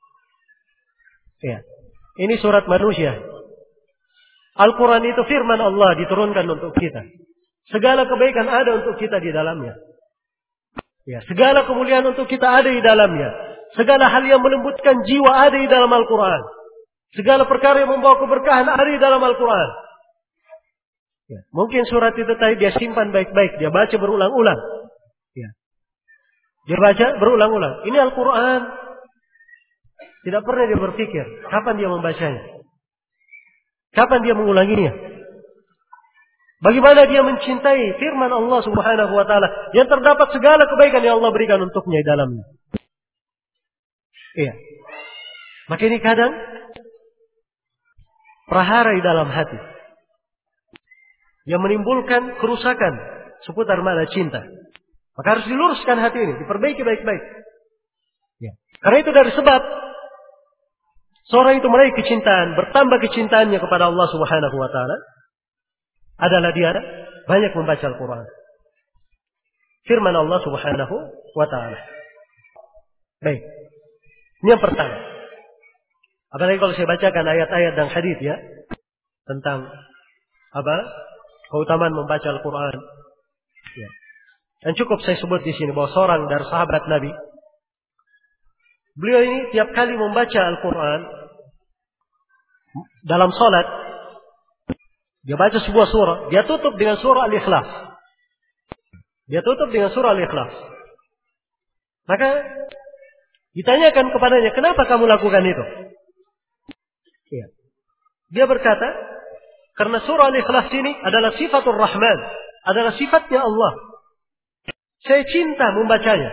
Ya. Ini surat manusia. Al-Quran itu firman Allah diturunkan untuk kita. Segala kebaikan ada untuk kita di dalamnya. Ya, segala kemuliaan untuk kita ada di dalamnya. Segala hal yang melembutkan jiwa ada di dalam Al-Quran. Segala perkara yang membawa keberkahan ada di dalam Al-Quran. Ya, mungkin surat itu tadi dia simpan baik-baik, dia baca berulang-ulang. Ya. Dia baca berulang-ulang. Ini Al-Quran. Tidak pernah dia berpikir kapan dia membacanya, kapan dia mengulanginya. Bagaimana dia mencintai firman Allah Subhanahu wa taala yang terdapat segala kebaikan yang Allah berikan untuknya di dalamnya. Iya. Maka ini kadang prahara di dalam hati yang menimbulkan kerusakan seputar makna cinta. Maka harus diluruskan hati ini, diperbaiki baik-baik. Ya. Karena itu dari sebab seorang itu meraih kecintaan, bertambah kecintaannya kepada Allah Subhanahu wa taala adalah dia banyak membaca Al-Quran. Firman Allah Subhanahu wa taala. Baik. Ini yang pertama. Apalagi kalau saya bacakan ayat-ayat dan hadis ya tentang apa? Keutamaan membaca Al-Quran. Ya. Dan cukup saya sebut di sini bahwa seorang dari sahabat Nabi, beliau ini tiap kali membaca Al-Quran dalam salat, dia baca sebuah surah, dia tutup dengan surah Al-Ikhlas. Dia tutup dengan surah Al-Ikhlas. Maka ditanyakan kepadanya, kenapa kamu lakukan itu? Ya. Dia berkata, karena surah Al-Ikhlas ini adalah sifatul Rahman, adalah sifatnya Allah. Saya cinta membacanya.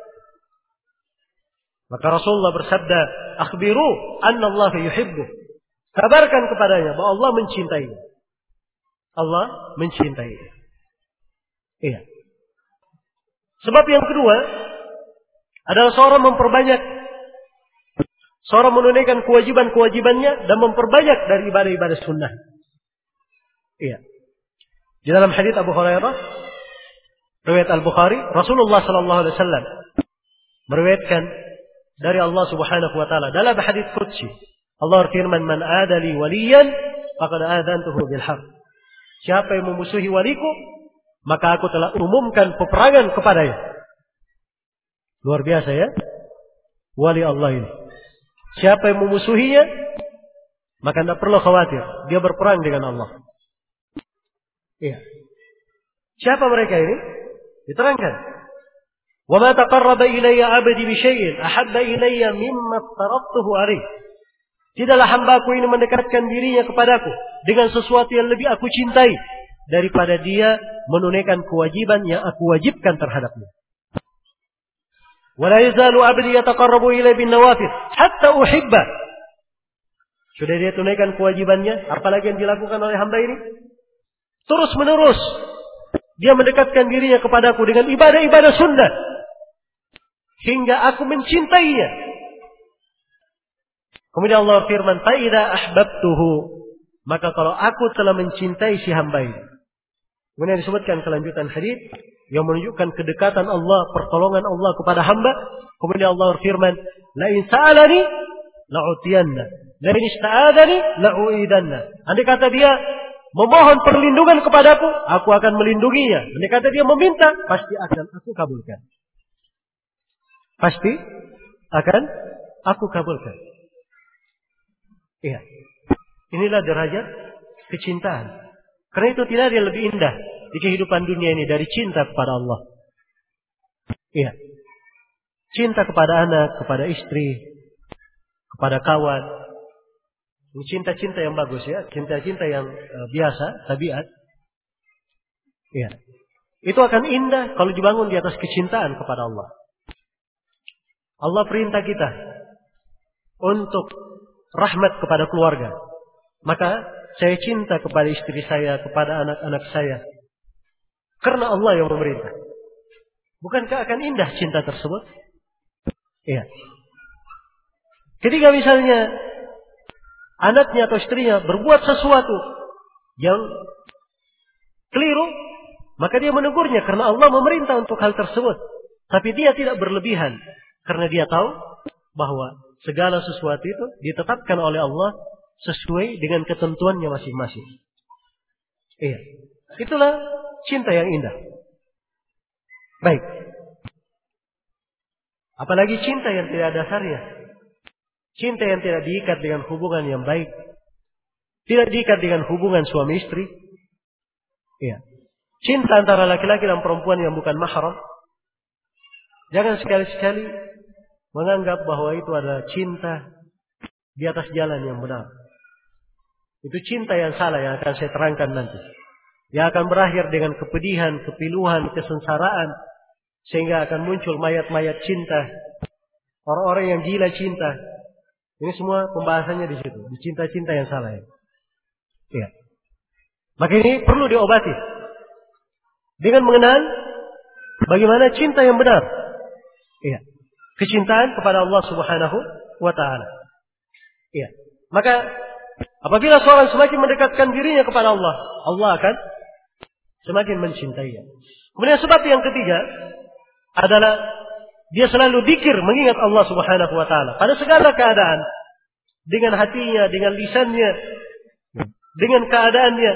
Maka Rasulullah bersabda, akhbiru anna Allah yuhibbu. Kabarkan kepadanya bahwa Allah mencintai. Allah mencintai. Iya. Sebab yang kedua adalah seorang memperbanyak, seorang menunaikan kewajiban-kewajibannya dan memperbanyak dari ibadah-ibadah sunnah. Iya. Di dalam hadits Abu Hurairah, riwayat Al-Bukhari, Rasulullah sallallahu alaihi wasallam meriwayatkan dari Allah Subhanahu wa taala dalam hadits qudsi. Allah berfirman, "Man adali waliyan faqad adantuhu bil haqq." Siapa yang memusuhi waliku, maka aku telah umumkan peperangan kepadanya. Luar biasa ya. Wali Allah ini. Siapa yang memusuhinya, maka tidak perlu khawatir. Dia berperang dengan Allah. Iya. Siapa mereka ini? Diterangkan. Wa ma taqarraba ilayya 'abdi bi syai'in ahabba ilayya mimma aftaradtuhu 'alaihi. Tidaklah hambaku ini mendekatkan dirinya kepadaku dengan sesuatu yang lebih aku cintai daripada dia menunaikan kewajiban yang aku wajibkan terhadapnya. Wa la yazalu 'abdi yataqarrabu ilayya bin nawafil hatta uhibba. Sudah dia tunaikan kewajibannya, apalagi yang dilakukan oleh hamba ini? Terus menerus dia mendekatkan dirinya kepadaku dengan ibadah-ibadah sunnah hingga aku mencintainya. Kemudian Allah firman, "Fa idza ahbabtuhu," maka kalau aku telah mencintai si hamba ini. Kemudian disebutkan kelanjutan hadis yang menunjukkan kedekatan Allah, pertolongan Allah kepada hamba. Kemudian Allah firman, "La in sa'alani la'utiyanna, la in ista'adani la'uidanna." Andai kata dia memohon perlindungan kepadaku, aku akan melindunginya. Andai kata dia meminta, pasti akan aku kabulkan. Pasti akan aku kabulkan. Iya. Inilah derajat kecintaan. Karena itu tidak ada yang lebih indah di kehidupan dunia ini dari cinta kepada Allah. Iya. Cinta kepada anak, kepada istri, kepada kawan. Ini cinta-cinta yang bagus ya. Cinta-cinta yang biasa, tabiat. Iya. Itu akan indah kalau dibangun di atas kecintaan kepada Allah. Allah perintah kita untuk rahmat kepada keluarga. Maka saya cinta kepada istri saya, kepada anak-anak saya. Karena Allah yang memerintah. Bukankah akan indah cinta tersebut? Iya. Ketika misalnya anaknya atau istrinya berbuat sesuatu yang keliru, Maka dia menegurnya karena Allah memerintah untuk hal tersebut. Tapi dia tidak berlebihan. Karena dia tahu bahwa segala sesuatu itu ditetapkan oleh Allah sesuai dengan ketentuannya masing-masing. Iya. Itulah cinta yang indah. Baik. Apalagi cinta yang tidak ada dasarnya. Cinta yang tidak diikat dengan hubungan yang baik. Tidak diikat dengan hubungan suami istri. Iya. Cinta antara laki-laki dan perempuan yang bukan mahram. Jangan sekali-sekali menganggap bahwa itu adalah cinta di atas jalan yang benar. Itu cinta yang salah yang akan saya terangkan nanti. Yang akan berakhir dengan kepedihan, kepiluhan, kesengsaraan. Sehingga akan muncul mayat-mayat cinta. Orang-orang yang gila cinta. Ini semua pembahasannya di situ. Di cinta-cinta yang salah. Ya. Maka ini perlu diobati. Dengan mengenal bagaimana cinta yang benar. Ya. Kecintaan kepada Allah Subhanahu wa ta'ala. Ya. Maka apabila seorang semakin mendekatkan dirinya kepada Allah, Allah akan semakin mencintainya. Kemudian sebab yang ketiga adalah dia selalu dzikir mengingat Allah Subhanahu wa ta'ala pada segala keadaan, dengan hatinya, dengan lisannya, dengan keadaannya.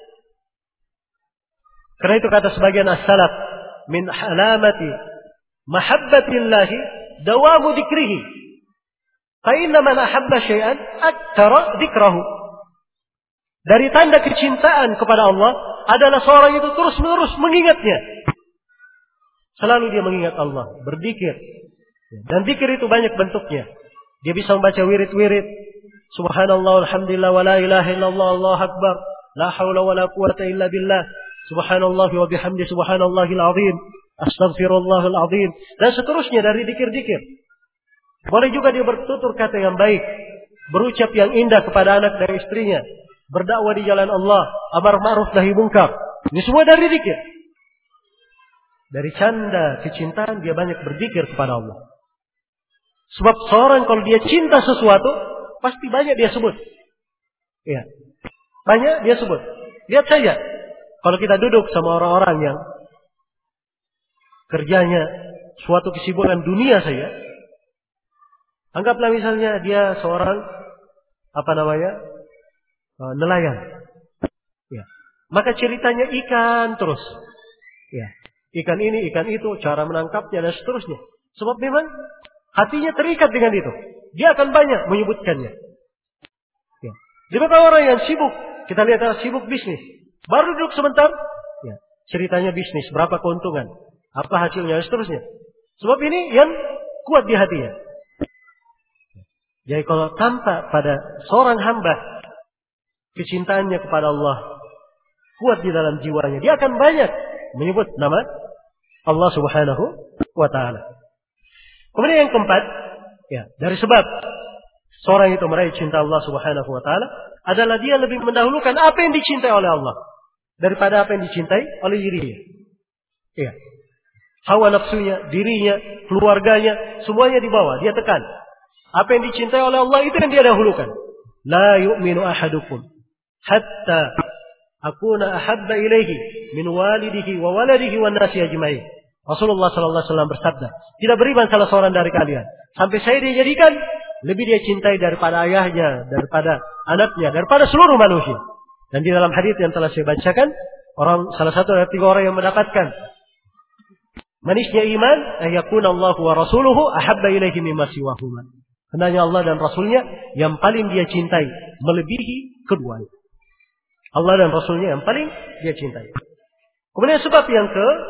Karena itu kata sebagian as-salaf, min alamati mahabbatillahi dawamu dzikrihi. Fa inna man ahabba syai'an aktsara dzikrahu. Dari tanda kecintaan kepada Allah adalah seorang itu terus-menerus mengingatnya. Selalu dia mengingat Allah, berzikir. Dan zikir itu banyak bentuknya. Dia bisa membaca wirid-wirid. Subhanallah, alhamdulillah, wa la ilaha illallah, Allahu akbar. La haula wa la quwata illa billah. Subhanallah wa bihamdi subhanallahil azim. Astaghfirullahal azim. Dan seterusnya dari zikir-zikir. Boleh juga dia bertutur kata yang baik. Berucap yang indah kepada anak dan istrinya. Berdakwah di jalan Allah. Amar ma'ruf nahi munkar. Ini semua dari zikir. Dari canda kecintaan dia banyak berzikir kepada Allah. Sebab seorang kalau dia cinta sesuatu, pasti banyak dia sebut. Ya. Banyak dia sebut. Lihat saja. Kalau kita duduk sama orang-orang yang kerjanya suatu kesibukan dunia saja. Anggaplah misalnya dia seorang nelayan. Ya. Maka ceritanya ikan terus. Ya. Ikan ini, ikan itu, cara menangkapnya dan seterusnya. Sebab memang hatinya terikat dengan itu. Dia akan banyak menyebutkannya. Ya. Jadi kalau orang yang sibuk, kita lihat sibuk bisnis. Baru duduk sebentar, ya, ceritanya bisnis, berapa keuntungan, apa hasilnya dan seterusnya. Sebab ini yang kuat di hatinya. Jadi kalau tampak pada seorang hamba kecintaannya kepada Allah kuat di dalam jiwanya, dia akan banyak menyebut nama Allah Subhanahu wa ta'ala. Kemudian yang keempat, ya, dari sebab seorang itu meraih cinta Allah Subhanahu wa ta'ala adalah dia lebih mendahulukan apa yang dicintai oleh Allah daripada apa yang dicintai oleh dirinya. Ya. Hawa nafsunya, dirinya, keluarganya, semuanya dibawa, dia tekan. Apa yang dicintai oleh Allah itu yang dia dahulukan. La yu'minu ahadukum hatta akuna ahabba ilaihi min walidihi wa waladihi wan nasi ajma'in. Rasulullah sallallahu alaihi wasallam bersabda, tidak beriman salah seorang dari kalian sampai saya dijadikan lebih dia cintai daripada ayahnya, daripada anaknya, daripada seluruh manusia. Dan di dalam hadis yang telah saya bacakan, salah satu dari 3 orang yang mendapatkan manisnya iman, ayakuna Allah wa rasuluhu ahabba ilaihi mimma siwahuma. Hendaknya Allah dan Rasulnya yang paling dia cintai melebihi keduanya. Allah dan Rasulnya yang paling dia cintai. Kemudian sebab yang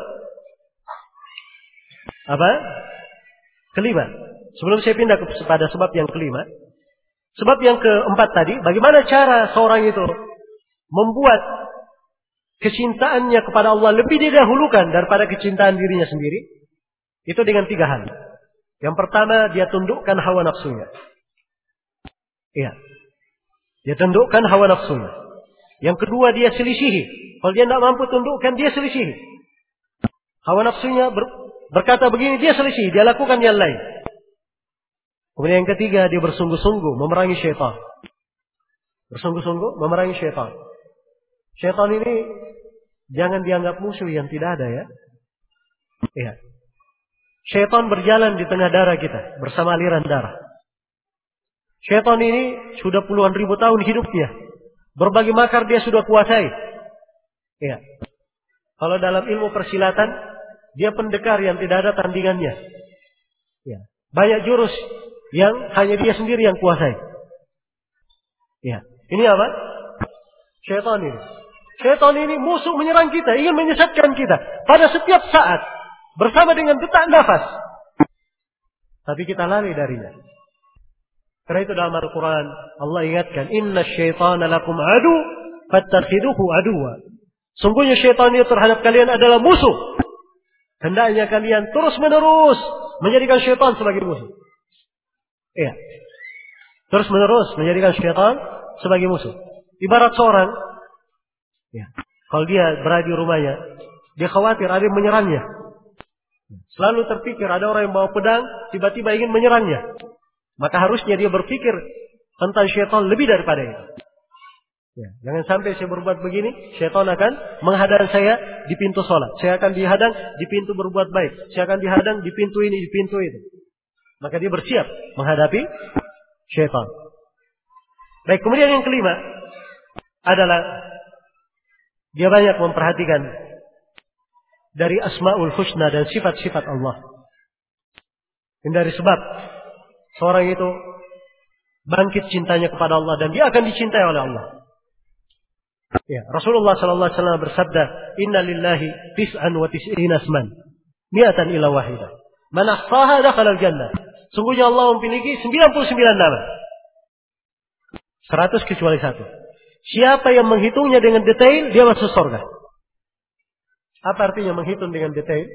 kelima. Sebelum saya pindah kepada sebab yang kelima. Sebab yang keempat tadi, bagaimana cara seorang itu membuat kecintaannya kepada Allah lebih didahulukan daripada kecintaan dirinya sendiri. Itu dengan 3 hal. Yang pertama, dia tundukkan hawa nafsunya. Iya. Dia tundukkan hawa nafsunya. Yang kedua, dia selisihi. Kalau dia tidak mampu tundukkan, dia selisihi. Hawa nafsunya berkata begini, dia selisihi. Dia lakukan yang lain. Kemudian yang ketiga, dia bersungguh-sungguh memerangi syaitan. Bersungguh-sungguh memerangi syaitan. Syaitan ini Jangan dianggap musuh yang tidak ada ya. Iya. Syaitan berjalan di tengah darah kita bersama aliran darah. Syaitan ini sudah puluhan ribu tahun hidupnya. Berbagai makar dia sudah kuasai. Iya. Kalau dalam ilmu persilatan, dia pendekar yang tidak ada tandingannya. Iya. Banyak jurus yang hanya dia sendiri yang kuasai. Iya. Ini apa? Syaitan ini. Syaitan ini musuh menyerang kita, ingin menyesatkan kita pada setiap saat bersama dengan detak nafas. Tapi kita lari darinya. Karena itu dalam Al-Quran Allah ingatkan, Inna syaitana lakum adu fattakhiduhu aduwa. Sungguhnya syaitan itu terhadap kalian adalah musuh. Hendaknya kalian terus menerus menjadikan syaitan sebagai musuh. Iya. Terus menerus menjadikan syaitan sebagai musuh. Ibarat seorang, ya, kalau dia berada di rumahnya, dia khawatir ada yang menyerangnya. Selalu terpikir ada orang yang bawa pedang, tiba-tiba ingin menyerangnya. Maka harusnya dia berpikir tentang syaitan lebih daripada itu. Ya, jangan sampai saya berbuat begini, syaitan akan menghadang saya di pintu sholat. Saya akan dihadang di pintu berbuat baik. Saya akan dihadang di pintu ini, di pintu itu. Maka dia bersiap menghadapi syaitan. Baik, kemudian yang kelima adalah dia banyak memperhatikan dari Asmaul Husna dan sifat-sifat Allah. Ini dari sebab seorang itu bangkit cintanya kepada Allah dan dia akan dicintai oleh Allah. Ya, Rasulullah sallallahu alaihi wasallam bersabda, "Inna lillahi tis'an wa tis'ina asman, mi'atan illa wahidah. Man ahsaha dakhala al-jannah." Sungguhnya Allah memiliki 99 nama. 100 kecuali 1. Siapa yang menghitungnya dengan detail, dia masuk surga. Apa artinya menghitung dengan detail?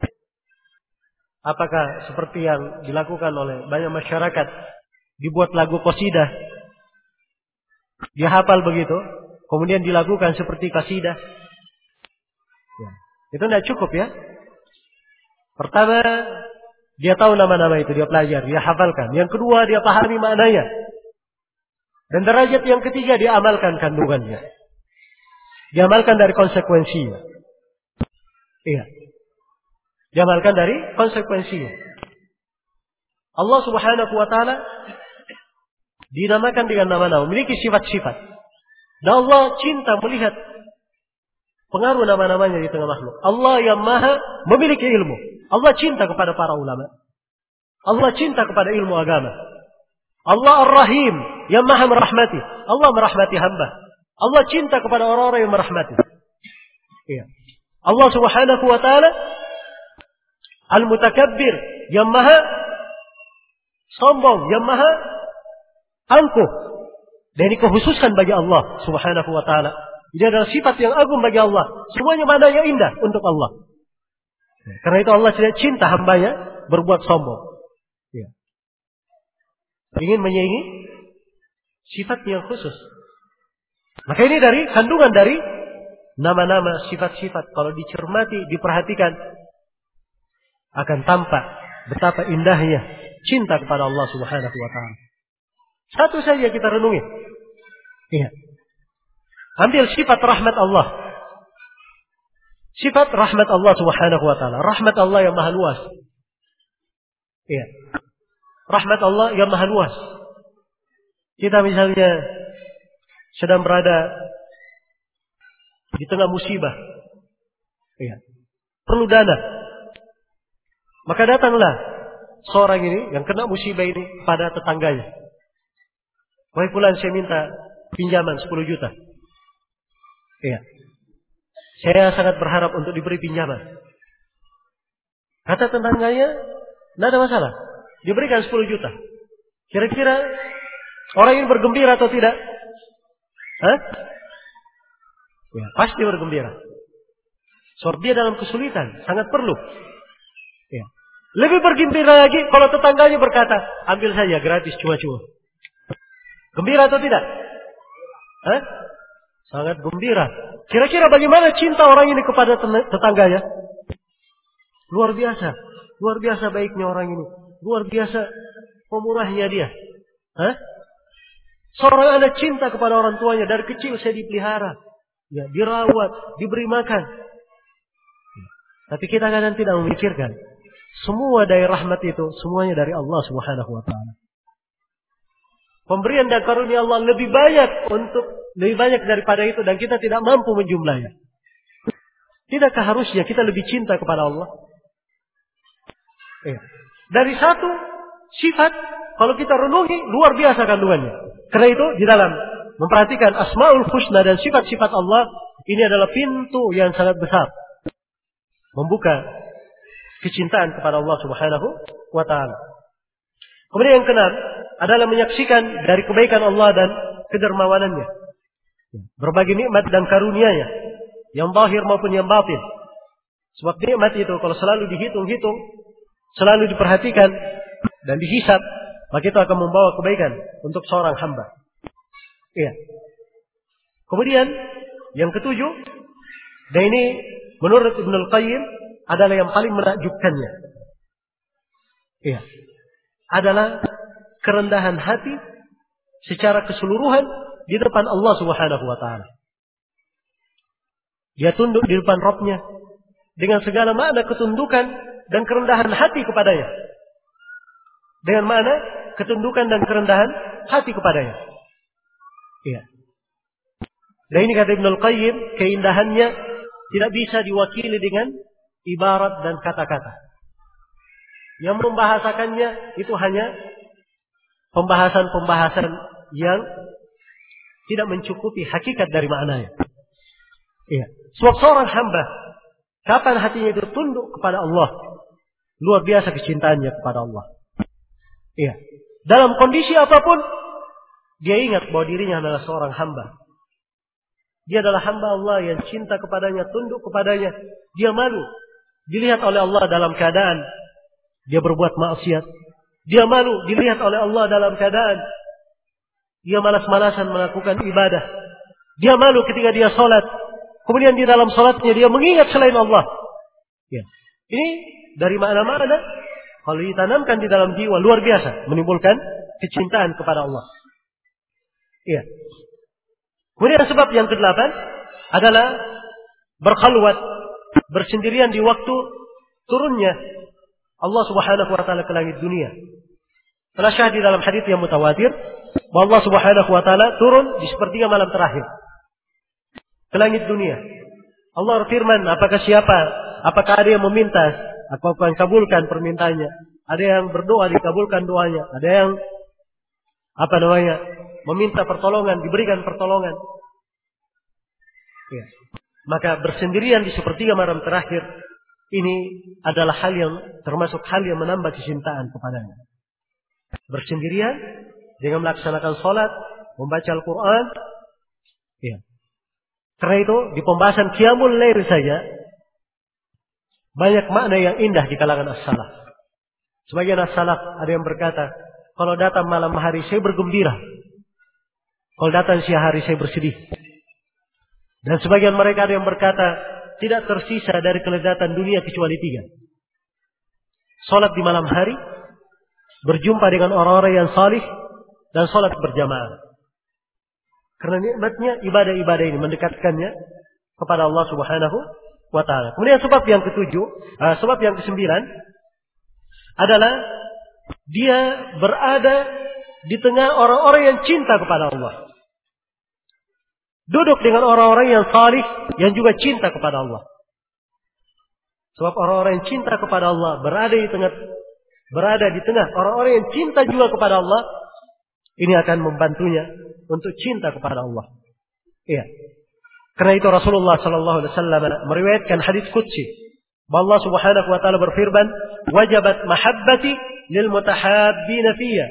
Apakah seperti yang dilakukan oleh banyak masyarakat, dibuat lagu qasidah, dia hafal begitu, kemudian dilakukan seperti qasidah? Ya, itu tidak cukup ya. Pertama, dia tahu nama-nama itu, dia pelajari, dia hafalkan. Yang kedua, dia pahami maknanya. Dan derajat yang ketiga, dia amalkan kandungannya. Dia amalkan dari konsekuensinya. Iya. Dia amalkan dari konsekuensinya. Allah Subhanahu wa Ta'ala dinamakan dengan nama-nama, memiliki sifat-sifat. Dan Allah cinta melihat pengaruh nama-namanya di tengah makhluk. Allah yang maha memiliki ilmu. Allah cinta kepada para ulama. Allah cinta kepada ilmu agama. Allah Ar-Rahim yang maha merahmati. Allah merahmati hamba. Allah cinta kepada orang-orang yang merahmati. Iya. Allah Subhanahu wa Ta'ala Al-Mutakabbir yang maha sombong, yang maha angkuh. Dan ini kekhususan bagi Allah Subhanahu wa Ta'ala. Ini adalah sifat yang agung bagi Allah. Semuanya maknanya indah untuk Allah. Karena itu Allah tidak cinta hambanya berbuat sombong. Ya. Ingin menyaingi sifat yang khusus. Maka ini dari kandungan dari nama-nama, sifat-sifat. Kalau dicermati, diperhatikan, akan tampak betapa indahnya cinta kepada Allah Subhanahu wa Ta'ala. Satu saja kita renungi. Iya. Ambil sifat rahmat Allah. Sifat rahmat Allah Subhanahu wa Ta'ala. Rahmat Allah yang maha luas. Iya. Rahmat Allah yang maha luas. Kita misalnya sedang berada di tengah musibah. Iya. Perlu dana. Maka datanglah seorang ini yang kena musibah ini pada tetangganya. Wahai fulan, saya minta pinjaman 10 juta. Iya. Saya sangat berharap untuk diberi pinjaman. Kata tetangganya, tidak ada masalah. Diberikan 10 juta. Kira-kira orang ini bergembira atau tidak? Hah? Ya, pasti bergembira. Sebab dia dalam kesulitan, sangat perlu. Ya. Lebih bergembira lagi kalau tetangganya berkata, ambil saja gratis cuma-cuma. Gembira atau tidak? Hah? Sangat gembira. Kira-kira bagaimana cinta orang ini kepada tetangganya? Luar biasa. Luar biasa baiknya orang ini. Luar biasa pemurahnya dia. Hah? Seorang anak cinta kepada orang tuanya. Dari kecil saya dipelihara. ya, dirawat, diberi makan. Tapi kita kadang tidak memikirkan semua dari rahmat itu semuanya dari Allah Subhanahu wa taala. Pemberian dan karunia Allah lebih banyak daripada itu dan kita tidak mampu menjumlahnya. Tidakkah harusnya kita lebih cinta kepada Allah? Ya. Dari satu sifat kalau kita renungi luar biasa kandungannya. Karena itu di dalam memperhatikan Asmaul Husna dan sifat-sifat Allah ini adalah pintu yang sangat besar membuka kecintaan kepada Allah Subhanahu wa taala. Kemudian yang keenam adalah menyaksikan dari kebaikan Allah dan kedermawanannya. Berbagai nikmat dan karunia-Nya yang zahir maupun yang batin. Sebab nikmat itu kalau selalu dihitung-hitung, selalu diperhatikan dan dihisab, maka itu akan membawa kebaikan untuk seorang hamba. Iya. Kemudian yang ketujuh, dan ini menurut Ibnul Qayyim adalah yang paling menakjubkannya. Iya. Adalah kerendahan hati secara keseluruhan di depan Allah Subhanahu wa taala. Dia tunduk di depan Rabb-Nya dengan segala makna ketundukan dan kerendahan hati kepadanya. Dengan makna ketundukan dan kerendahan hati kepadanya. Iya. Dan ini kata Ibnul Qayyim, keindahannya tidak bisa diwakili dengan ibarat dan kata-kata. Yang membahasakannya itu hanya pembahasan-pembahasan yang tidak mencukupi hakikat dari maknanya. Iya. Sebab seorang hamba, kapan hatinya itu tunduk kepada Allah, luar biasa kecintaannya kepada Allah. Iya. Dalam kondisi apapun, dia ingat bahwa dirinya adalah seorang hamba. Dia adalah hamba Allah yang cinta kepadanya, tunduk kepadanya. Dia malu dilihat oleh Allah dalam keadaan dia berbuat maksiat. Dia malu dilihat oleh Allah dalam keadaan dia malas-malasan melakukan ibadah. Dia malu ketika dia sholat. Kemudian di dalam sholatnya dia mengingat selain Allah. Ya. Ini dari makna-makna kalau ditanamkan di dalam jiwa luar biasa, menimbulkan kecintaan kepada Allah. Ya. Kemudian sebab yang ke-8 adalah berkhalwat, bersendirian di waktu turunnya Allah Subhanahu wa taala ke langit dunia. Telah syahid di dalam hadits yang mutawatir bahwa Allah Subhanahu wa taala turun di sepertiga malam terakhir ke langit dunia. Allah berfirman, apakah ada yang meminta, apakah yang kabulkan permintaannya? Ada yang berdoa dikabulkan doanya, ada yang meminta pertolongan, diberikan pertolongan. Ya. Maka bersendirian di sepertiga malam terakhir ini adalah hal yang termasuk hal yang menambah kecintaan kepadanya. Bersendirian dengan melaksanakan sholat, membaca Al-Quran. Ya. Karena itu di pembahasan Qiyamul Lail saja banyak makna yang indah di kalangan as-salaf. Sebagian as-salaf ada yang berkata, kalau datang malam hari saya bergembira, kalau datang siang hari saya bersedih. Dan sebagian mereka ada yang berkata, tidak tersisa dari kelezatan dunia kecuali 3. Salat di malam hari, berjumpa dengan orang-orang yang salih, dan salat berjamaah. Karena nikmatnya ibadah-ibadah ini mendekatkannya kepada Allah Subhanahu wa taala. Kemudian sebab yang sebab yang ke-9 adalah dia berada di tengah orang-orang yang cinta kepada Allah. Duduk dengan orang-orang yang salih yang juga cinta kepada Allah. Sebab orang-orang yang cinta kepada Allah berada di tengah orang-orang yang cinta juga kepada Allah, ini akan membantunya untuk cinta kepada Allah. Iya. Karena itu Rasulullah sallallahu alaihi wasallam meriwayatkan hadis qudsi bahwa Allah Subhanahu wa taala berfirman, "Wajabat mahabbati lil mutahabbina fiyya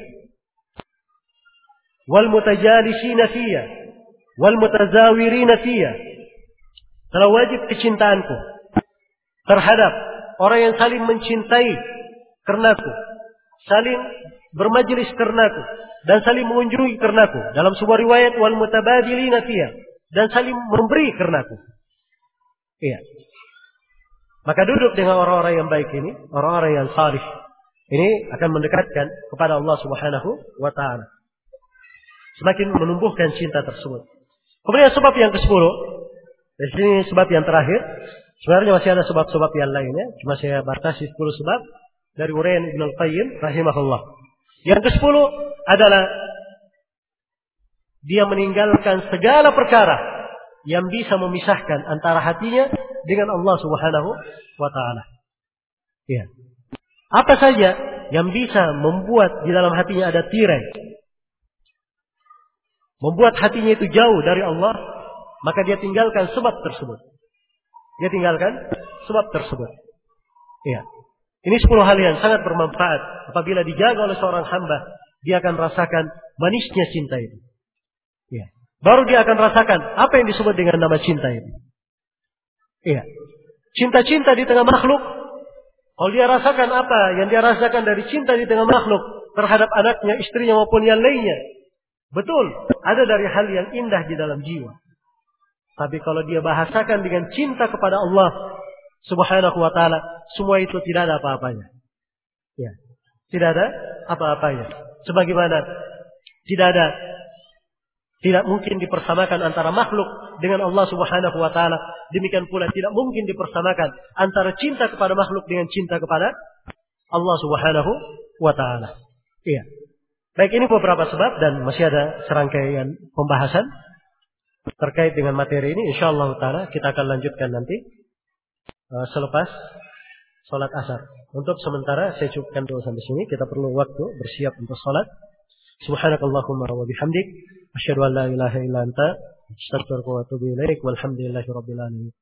wal mutajalisina fiyya wal mutazawirina fiyya." Telah wajib kecintaanku terhadap orang yang saling mencintai karenaku, saling bermajlis karenaku, dan saling mengunjungi karenaku. Dalam sebuah riwayat, wal mutabadilina fiyya, dan saling memberi karenaku. Iya. Maka duduk dengan orang-orang yang baik ini, orang-orang yang salih, ini akan mendekatkan kepada Allah Subhanahu wa taala. Semakin menumbuhkan cinta tersebut. Kemudian sebab yang ke-10 Di sini sebab yang terakhir. Sebenarnya masih ada sebab-sebab yang lainnya. Cuma saya batasi 10 sebab dari uraian Ibnu Al-Qayyim rahimahullah. Yang ke-10 adalah dia meninggalkan segala perkara yang bisa memisahkan antara hatinya dengan Allah Subhanahu wa taala. Ya. Apa saja yang bisa membuat di dalam hatinya ada tirai, membuat hatinya itu jauh dari Allah, maka dia tinggalkan sebab tersebut. Dia tinggalkan sebab tersebut. Ya. Ini 10 hal yang sangat bermanfaat. Apabila dijaga oleh seorang hamba, dia akan rasakan manisnya cinta itu. Ya. Baru dia akan rasakan apa yang disebut dengan nama cinta itu. Iya. Cinta-cinta di tengah makhluk. Kalau dia rasakan apa yang dia rasakan dari cinta di tengah makhluk terhadap anaknya, istrinya maupun yang lainnya. Betul, ada dari hal yang indah di dalam jiwa. Tapi kalau dia bahasakan dengan cinta kepada Allah Subhanahu wa taala, semua itu tidak ada apa-apanya. Ya. Tidak ada apa-apanya. Sebagaimana tidak mungkin dipersamakan antara makhluk dengan Allah Subhanahu wa taala, demikian pula tidak mungkin dipersamakan antara cinta kepada makhluk dengan cinta kepada Allah Subhanahu wa taala. Iya. Baik, ini beberapa sebab dan masih ada serangkaian pembahasan terkait dengan materi ini. Insyaallah taala kita akan lanjutkan nanti selepas salat Asar. Untuk sementara saya cukupkan dulu sampai sini. Kita perlu waktu bersiap untuk salat. Subhanakallahumma wa bihamdik asyhadu an la ilaha illa anta astaghfiruka wa atubu ilaik walhamdulillahi rabbil alamin.